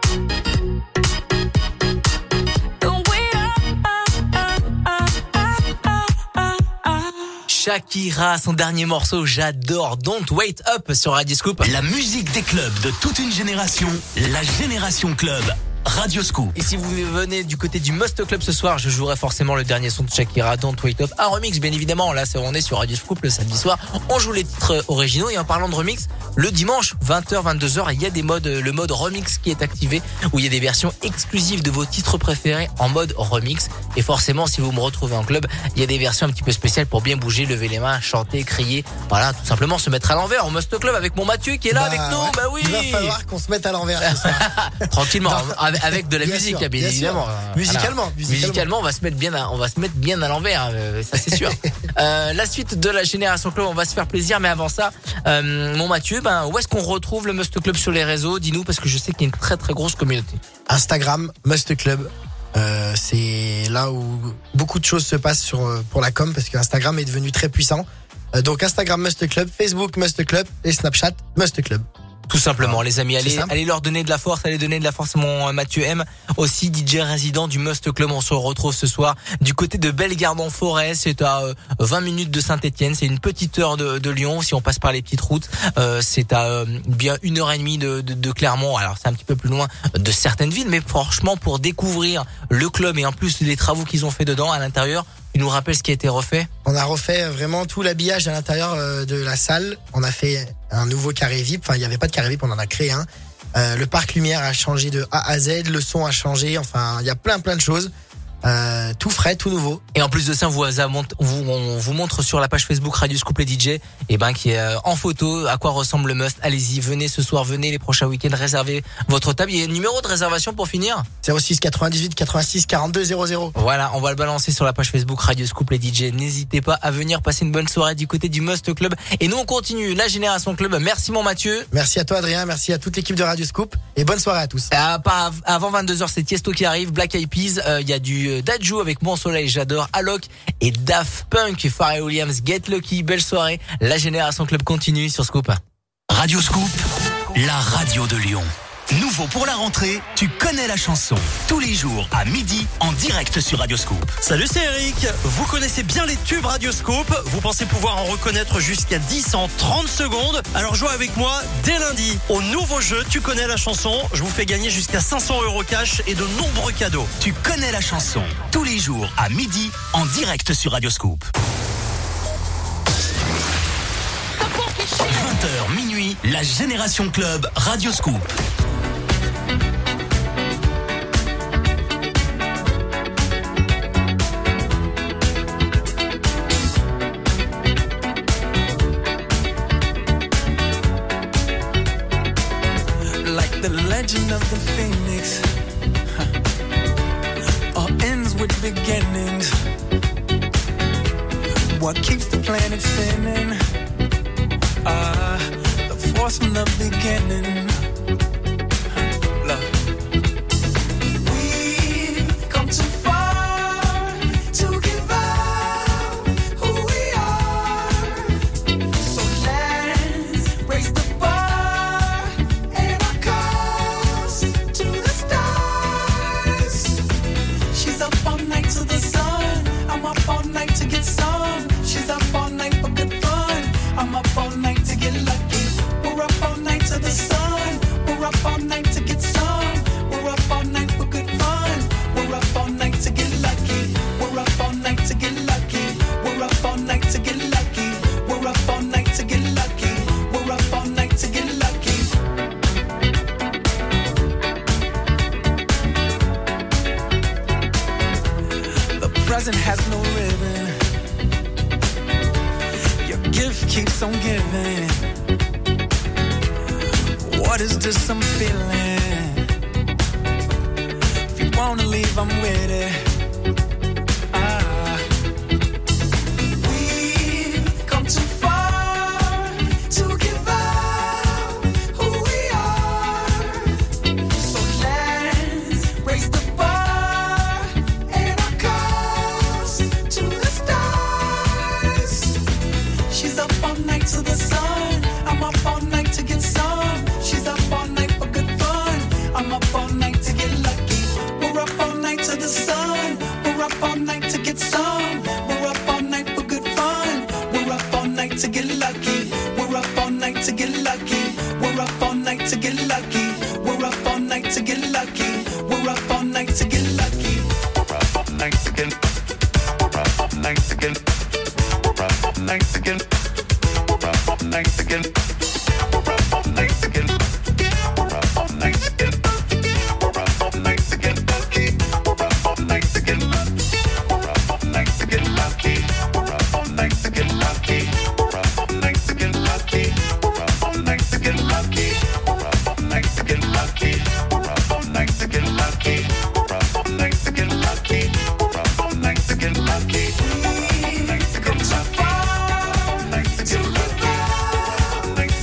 S8: Don't wait up. Oh, oh, oh, oh, oh, oh.
S3: Shakira, son dernier morceau, j'adore. Don't Wait Up sur Radio Scoop.
S21: La musique des clubs de toute une génération, la Génération Club. Radio Scoop.
S3: Et si vous venez du côté du Must Club ce soir, je jouerai forcément le dernier son de Shakira, Don't Wait Up, un remix bien évidemment. Là, c'est- on est sur Radio Scoop le samedi soir. On joue les titres originaux et en parlant de remix, le dimanche vingt heures vingt-deux heures, il y a des modes, le mode remix qui est activé où il y a des versions exclusives de vos titres préférés en mode remix. Et forcément, si vous me retrouvez en club, il y a des versions un petit peu spéciales pour bien bouger, lever les mains, chanter, crier. Voilà, tout simplement se mettre à l'envers au Must Club avec mon Mathieu qui est là
S4: Bah,
S3: avec nous.
S4: ouais.
S3: Bah oui.
S4: Il va falloir qu'on se mette à l'envers ce soir.
S3: Tranquillement,
S4: Dans-
S3: avec avec de la
S4: Bien
S3: musique,
S4: sûr,
S3: bien,
S4: bien sûr.
S3: évidemment.
S4: Musicalement,
S3: Voilà.
S4: musicalement.
S3: Musicalement, on va se mettre bien, à, on va se mettre bien à l'envers, euh, ça c'est sûr. euh, la suite de la Génération Club, on va se faire plaisir, mais avant ça, euh, mon Mathieu, ben où est-ce qu'on retrouve le Must Club sur les réseaux? Dis-nous parce que je sais qu'il y a une très très grosse communauté.
S4: Instagram, Must Club. Euh, c'est là où beaucoup de choses se passent sur, euh, pour la com, parce que Instagram est devenu très puissant. Euh, donc Instagram Must Club, Facebook Must Club et Snapchat Must Club.
S3: Tout simplement, les amis,
S4: C'est
S3: allez,
S4: simple.
S3: allez leur donner de la force, allez donner de la force à mon euh, Mathieu M, aussi D J résident du Must Club. On se retrouve ce soir du côté de Bellegarde-en-Forêt. C'est à euh, vingt minutes de Saint-Étienne. C'est une petite heure de, de Lyon si on passe par les petites routes. Euh, c'est à euh, bien une heure et demie de, de, de Clermont. Alors c'est un petit peu plus loin de certaines villes, mais franchement pour découvrir le club et en plus les travaux qu'ils ont fait dedans à l'intérieur. Tu nous rappelles ce qui a été refait?
S4: On a refait vraiment tout l'habillage à l'intérieur euh, de la salle. On a fait un nouveau carré V I P. Enfin, il n'y avait pas de carré V I P, on en a créé un. Euh, le parc lumière a changé de A à Z. Le son a changé. Enfin, il y a plein plein de choses. Euh, tout frais, tout nouveau.
S3: Et en plus de ça, on vous, vous, on vous montre sur la page Facebook Radio Scoop les D J, et ben qui est euh, en photo à quoi ressemble le must. Allez-y, venez ce soir, venez les prochains week-ends, réservez votre table. Il y a un numéro de réservation pour finir.
S4: zéro six quatre-vingt-dix-huit quatre-vingt-six quarante-deux zéro zéro.
S3: Voilà, on va le balancer sur la page Facebook Radio Scoop les D J. N'hésitez pas à venir passer une bonne soirée du côté du Must Club. Et nous on continue la Génération Club. Merci mon Mathieu.
S4: Merci à toi Adrien, merci à toute l'équipe de Radio Scoop et bonne soirée à tous.
S3: À, à, avant vingt-deux heures, c'est Tiesto qui arrive, Black Eyed Peas, il euh, y a du euh, Dadju avec Mon Soleil, j'adore, Alok et Daft Punk, Pharrell Williams, Get Lucky. Belle soirée. La Génération Club continue sur Scoop.
S21: Radio Scoop, la radio de Lyon. Nouveau pour la rentrée, tu connais la chanson. Tous les jours à midi en direct sur Radio Scoop.
S9: Salut, c'est Eric. Vous connaissez bien les tubes Radio Scoop. Vous pensez pouvoir en reconnaître jusqu'à dix en trente secondes. Alors jouez avec moi dès lundi au nouveau jeu Tu connais la chanson. Je vous fais gagner jusqu'à cinq cents euros cash et de nombreux cadeaux.
S21: Tu connais la chanson. Tous les jours à midi en direct sur Radio Scoop. vingt heures minuit, la Génération Club Radio Scoop.
S19: Like the legend of the phoenix, huh. All ends with beginnings. What keeps the planet spinning? Ah, uh, the force from the beginning. Huh. Love. We've come too far to give up who we are. So let's raise the bar and our cups to the stars. She's up all night to the sun. I'm up all night to get some. She's up all night for good fun. I'm up all night to get lucky. We're up all night to the sun. We're up all night to get some. We're up all night for good fun. We're up all night to get lucky. We're up all night to get lucky. We're up all night to get lucky. We're up all night to get lucky. We're up all night to get lucky. The present has no ribbon. Gift keeps on giving. What is this I'm feeling? If you wanna leave, I'm with it. Ah. We've come too far to give up who we are. So let's raise the bar and our cups to the stars. She's up all night to the sun. I'm up all night to get some. She's up all night for good fun. I'm up all night to get lucky. We're up all night to the sun. We're up all night to get some. We're up all night for good fun. We're up all night to get lucky. We're up all night to get lucky. We're up all night to get lucky. We're up all night to get lucky. We're up all night to get lucky. We're up all night to get. We're up all night to get. We're up all night to get. We're up all night to get. We're up all night to get. We're up all night to get. We're up all night to get lucky. We're up all night to get lucky. We're up all night to get lucky. We're up all night to get lucky. We're up all night to get lucky. We're up all night to get lucky. We're up all night to get lucky. We're up all night to get lucky. We're up all night to get lucky. We're up all night to get lucky. We're up all night to get lucky.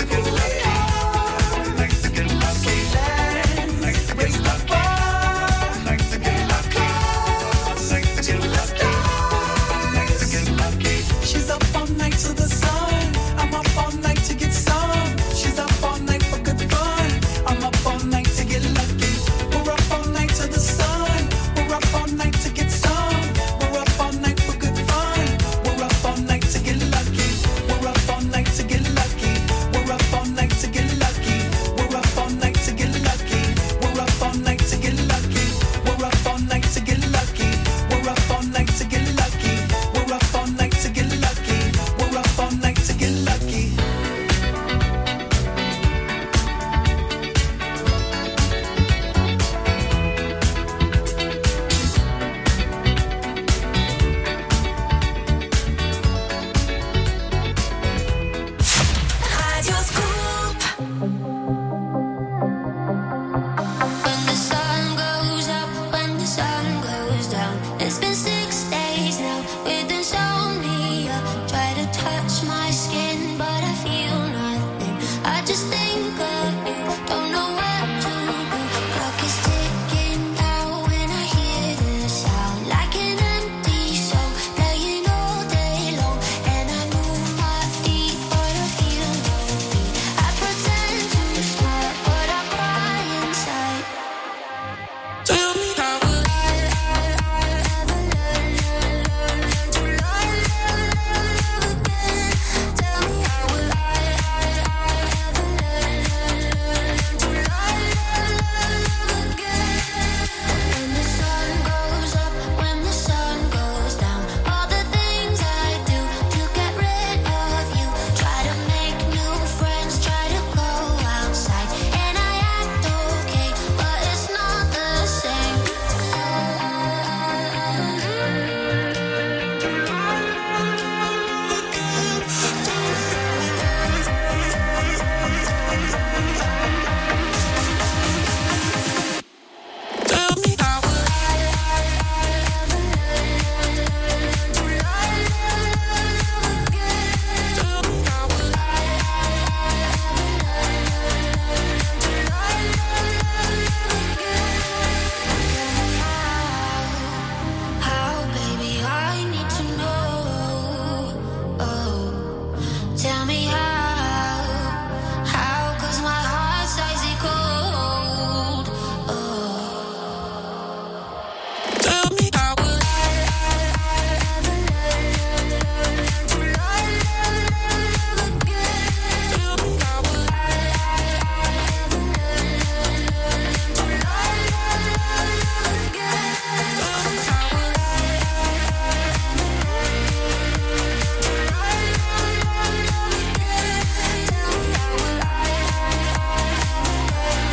S14: Just think of you, don't know what to do. Clock is ticking down when I hear the sound, like an empty soul playing all day long. And I move my feet, but I feel no beat. I pretend to smile, but I cry inside. Tell me how will I ever learn, learn, learn, learn to love, love, love, love again? Tell me how will I ever learn, learn, learn, learn to love, love, love, love again? When the sun goes up, when the sun goes down, all the things I do to get rid of you. Try to make new friends, try to go outside, and I act okay, but it's not the same. Tell me how will I ever learn, learn, learn to love, love, love again? Tell me how will I ever learn, learn, learn, learn to love, love, love again? How, how, baby, I need to know. Oh, tell me how, how, 'cause my heart's icy cold. Oh, tell me how will I ever learn, learn, learn, learn to love, love, love, love again? Tell me how will I ever learn, learn, learn, learn to love, love, love, love again? Tell me how will I ever learn, learn, learn to love, love, love, love again? Tell me how will I ever learn,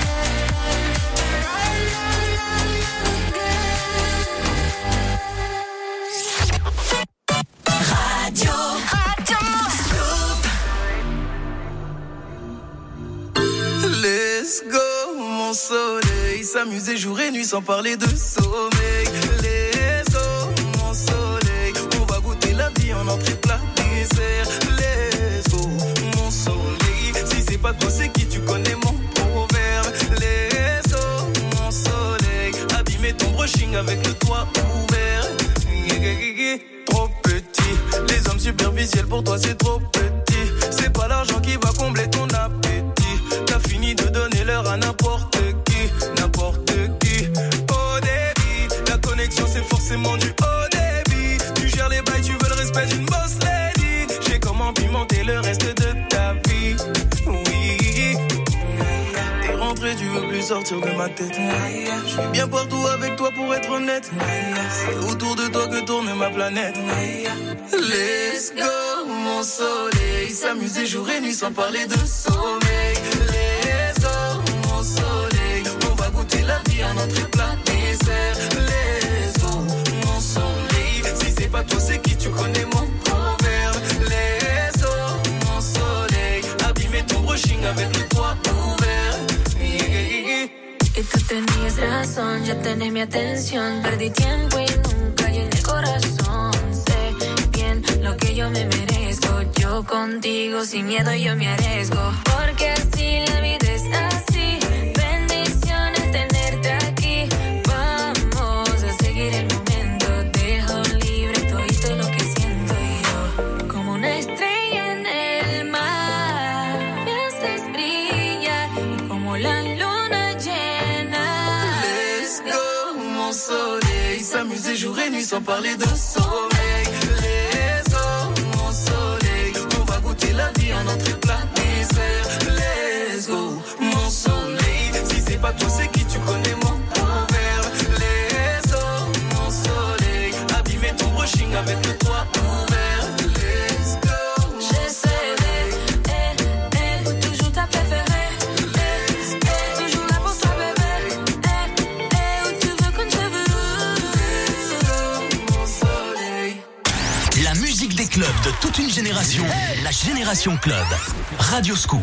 S6: Radio, Radio Scoop.
S10: Let's go, mon soleil. S'amuser jour et nuit sans parler de sommeil. Let's go, mon soleil. On va goûter la vie en entrée plat dessert. Let's go, mon soleil. Si c'est pas toi, c'est qui? Tu connais mon proverbe. Let's go, mon soleil. Abîmer ton brushing avec le toit ouvert. Trop petit. Les hommes superficiels pour toi, c'est trop petit. C'est pas l'argent qui va combler ton appétit. T'as fini de donner l'heure à n'importe qui, n'importe qui. Au débit, la connexion c'est forcément du haut débit. Tu gères les bails, tu veux le respect d'une boss lady. J'ai comment pimenter le reste de ta vie. Oui, t'es rentré, tu veux plus sortir de ma tête. Je suis bien partout avec toi pour être honnête. C'est autour de toi que tourne ma planète. Let's go, mon soleil. S'amuser jour et nuit sans parler de sommeil. Let's go, mon soleil. On va goûter la vie à notre plat dessert. Let's go, mon soleil. Si c'est pas toi, c'est qui? Tu connais mon proverbe. Let's go, mon soleil. Abîmer ton brushing avec le toit ouvert.
S8: Y tú tenías razón, ya tenés mi atención. Perdí tiempo y nunca llené el corazón. Sé bien lo que yo me merezco. Yo contigo sin miedo yo me arriesgo. Porque así la vida es así. Bendiciones tenerte aquí. Vamos a seguir el momento. Dejo libre todo lo que siento yo. Como una estrella en el mar. Me haces brillar como la luna llena.
S10: Let's go, mon soleil. S'amuser jour et nuit sans parler de sommeil. Let's go, mon soleil. On va goûter la vie en entrée plat dessert. Let's go, mon soleil. Si c'est pas toi, c'est qui? Tu connais mon proverbe. Let's go, mon soleil. Abîmer ton brushing avec le toit ouvert. Let's go.
S8: J'essaie d'être elle, elle, toujours ta préférée.
S10: Let's go.
S8: Toujours là pour toi, bébé. Elle, elle, où tu veux, quand je veux.
S10: Let's go, mon soleil.
S2: La musique des clubs de toute une génération. La Génération Club. Radio Scoop.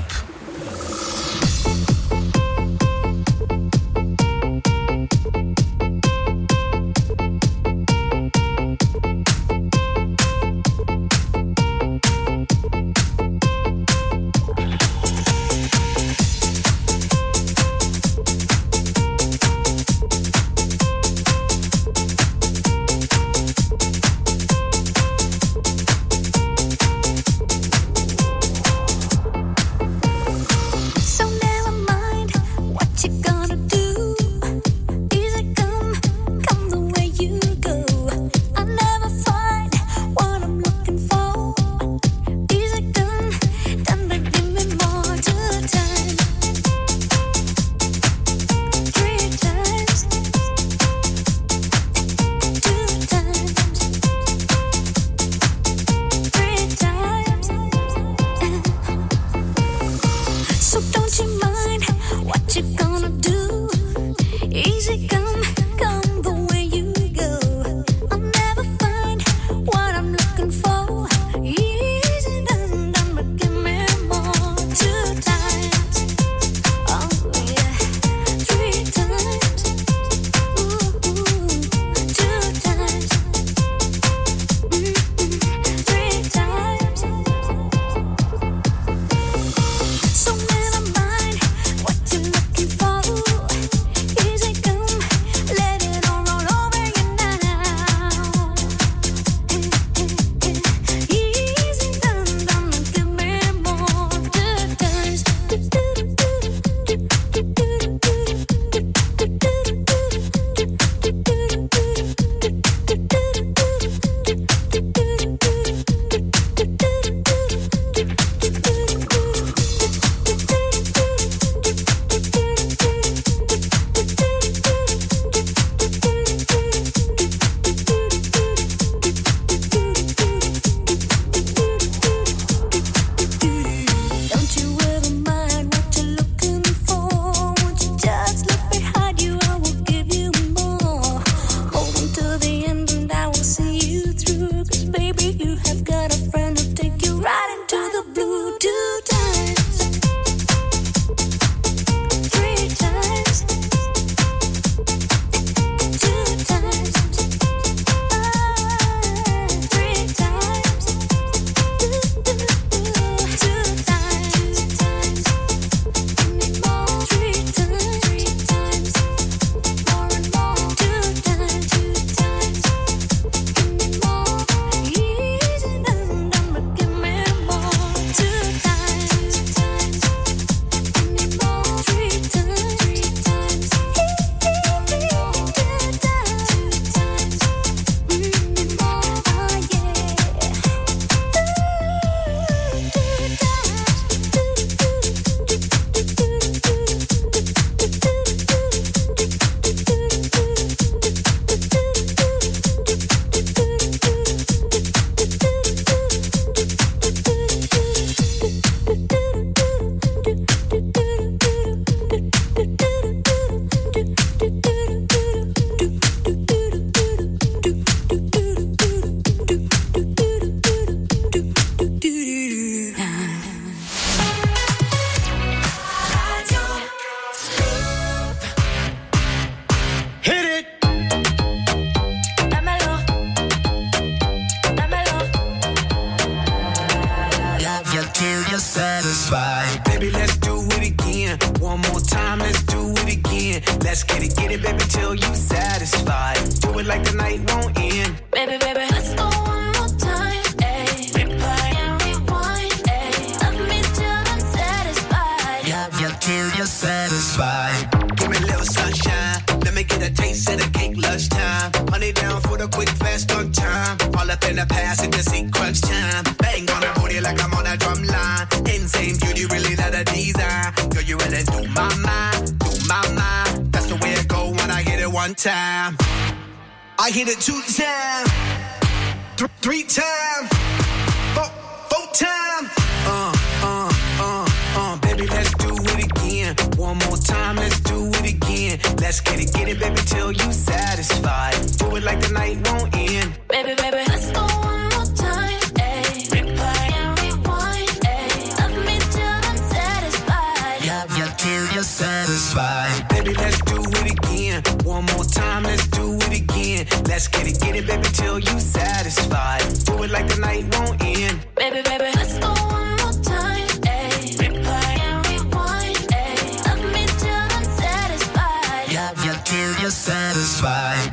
S5: Let's get it, get it, baby, till you satisfied. Do it like the night won't end.
S8: Baby, baby, let's go one more time. Ayy, replay and rewind. Ayy, love me till I'm satisfied.
S5: Love you till you're satisfied. Give me a little sunshine. Let me get a taste of the cake lunchtime. Honey down for the quick, fast on time. All up in the past in the seat crunch time. Bang on the booty like I'm on a drum line. Insane beauty, really not a design. Girl, you really do my mind, do my mind. That's the way it go when I hit it one time. I hit it two times, th- three times, four, four times. Uh, uh, uh, uh, baby, let's do it again. One more time, let's do it again. Let's get it, get it, baby, till you satisfied. Do it like the night won't end.
S8: Baby, baby, let's go one more time. Ayy, replay and rewind. Ayy, love me till I'm satisfied.
S5: Love you till you're satisfied. Baby, let's do it again. One more time, let's do it again. Let's get it, get it, baby, till you satisfied. Do it like the night won't end.
S8: Baby, baby, let's go one more time. Ayy, replay and rewind. Ayy, love me till I'm satisfied.
S5: Love you till you're satisfied.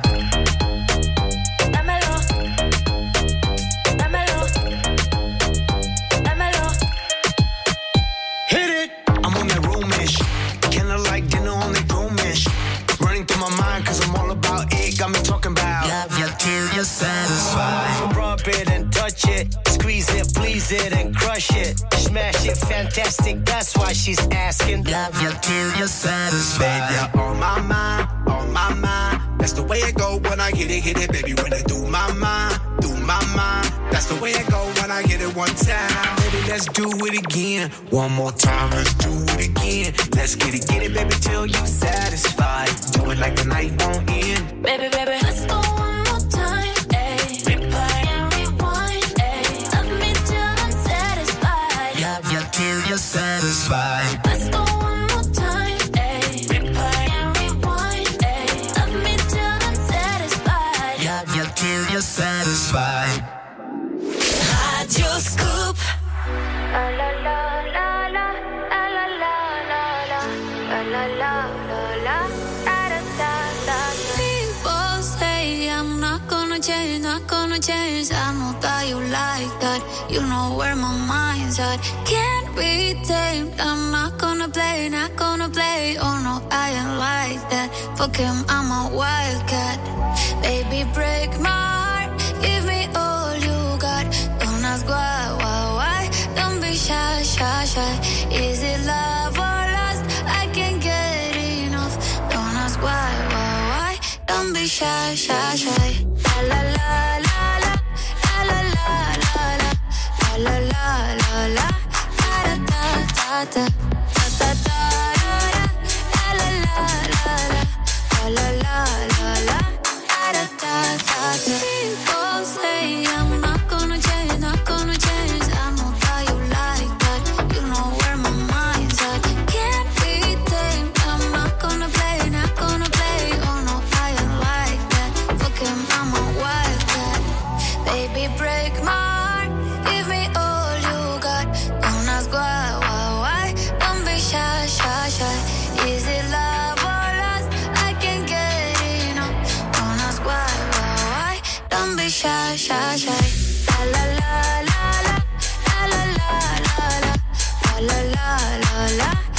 S8: Dámelo, dámelo, dámelo.
S5: Hit it! I'm on that roomish. Kinda like dinner on that roomish. Running through my mind cause I'm all about it. Got me talking about love you till you're satisfied.
S11: Rub it and touch it. Squeeze it, please it and crush it. Smash it, fantastic, that's why she's asking.
S5: Love you till you're satisfied. Baby, you're on my mind, on my mind. That's the way it go when I hit it, hit it, baby. When I do my mind, do my mind. That's the way it go when I hit it one time. Baby, let's do it again. One more time, let's do it again. Let's get it, get it, baby, till you satisfied. Do it like the night won't end.
S8: Baby, baby, let's go one more time. Ayy, replay and rewind. Ayy, love me till I'm satisfied.
S5: Love you till you're satisfied.
S8: Let's go one more time. Ayy, replay and rewind. Ayy, love me till I'm satisfied.
S5: Love you till you're satisfied.
S8: Radio Scoop. La la la la la la la la la la la la la.
S14: People say I'm not gonna change, not gonna change. I know that you like that. You know where my mind's at. Can't be tamed. I'm not gonna play, not gonna play. Oh no, I ain't like that. Fuck him, I'm a wildcat. Baby, break my heart. Give me all you got. Don't ask why, why, why. Don't be shy, shy, shy. Is it love or lust? I can't get enough. Don't ask why, why, why. Don't be shy, shy, shy. La la la la la. La la la la la. La la la la la. Da da da da. Da da da da. La la la la la. La la la la la. Da da da da. People say I'm not gonna change, not gonna change. I know that you like that. You know where my mind's at. Can't be tamed. I'm not gonna play, not gonna play. Oh no, I ain't like that. Fuck him, I'm a wildcat. Baby, break my heart. Give me all you got. Don't ask why, why, why. Don't be shy, shy, shy. Is it love or lust? I can't get enough. Don't ask why, why, why. Don't be shy, shy, shy. La la la la la. La la la la la. La la la la la.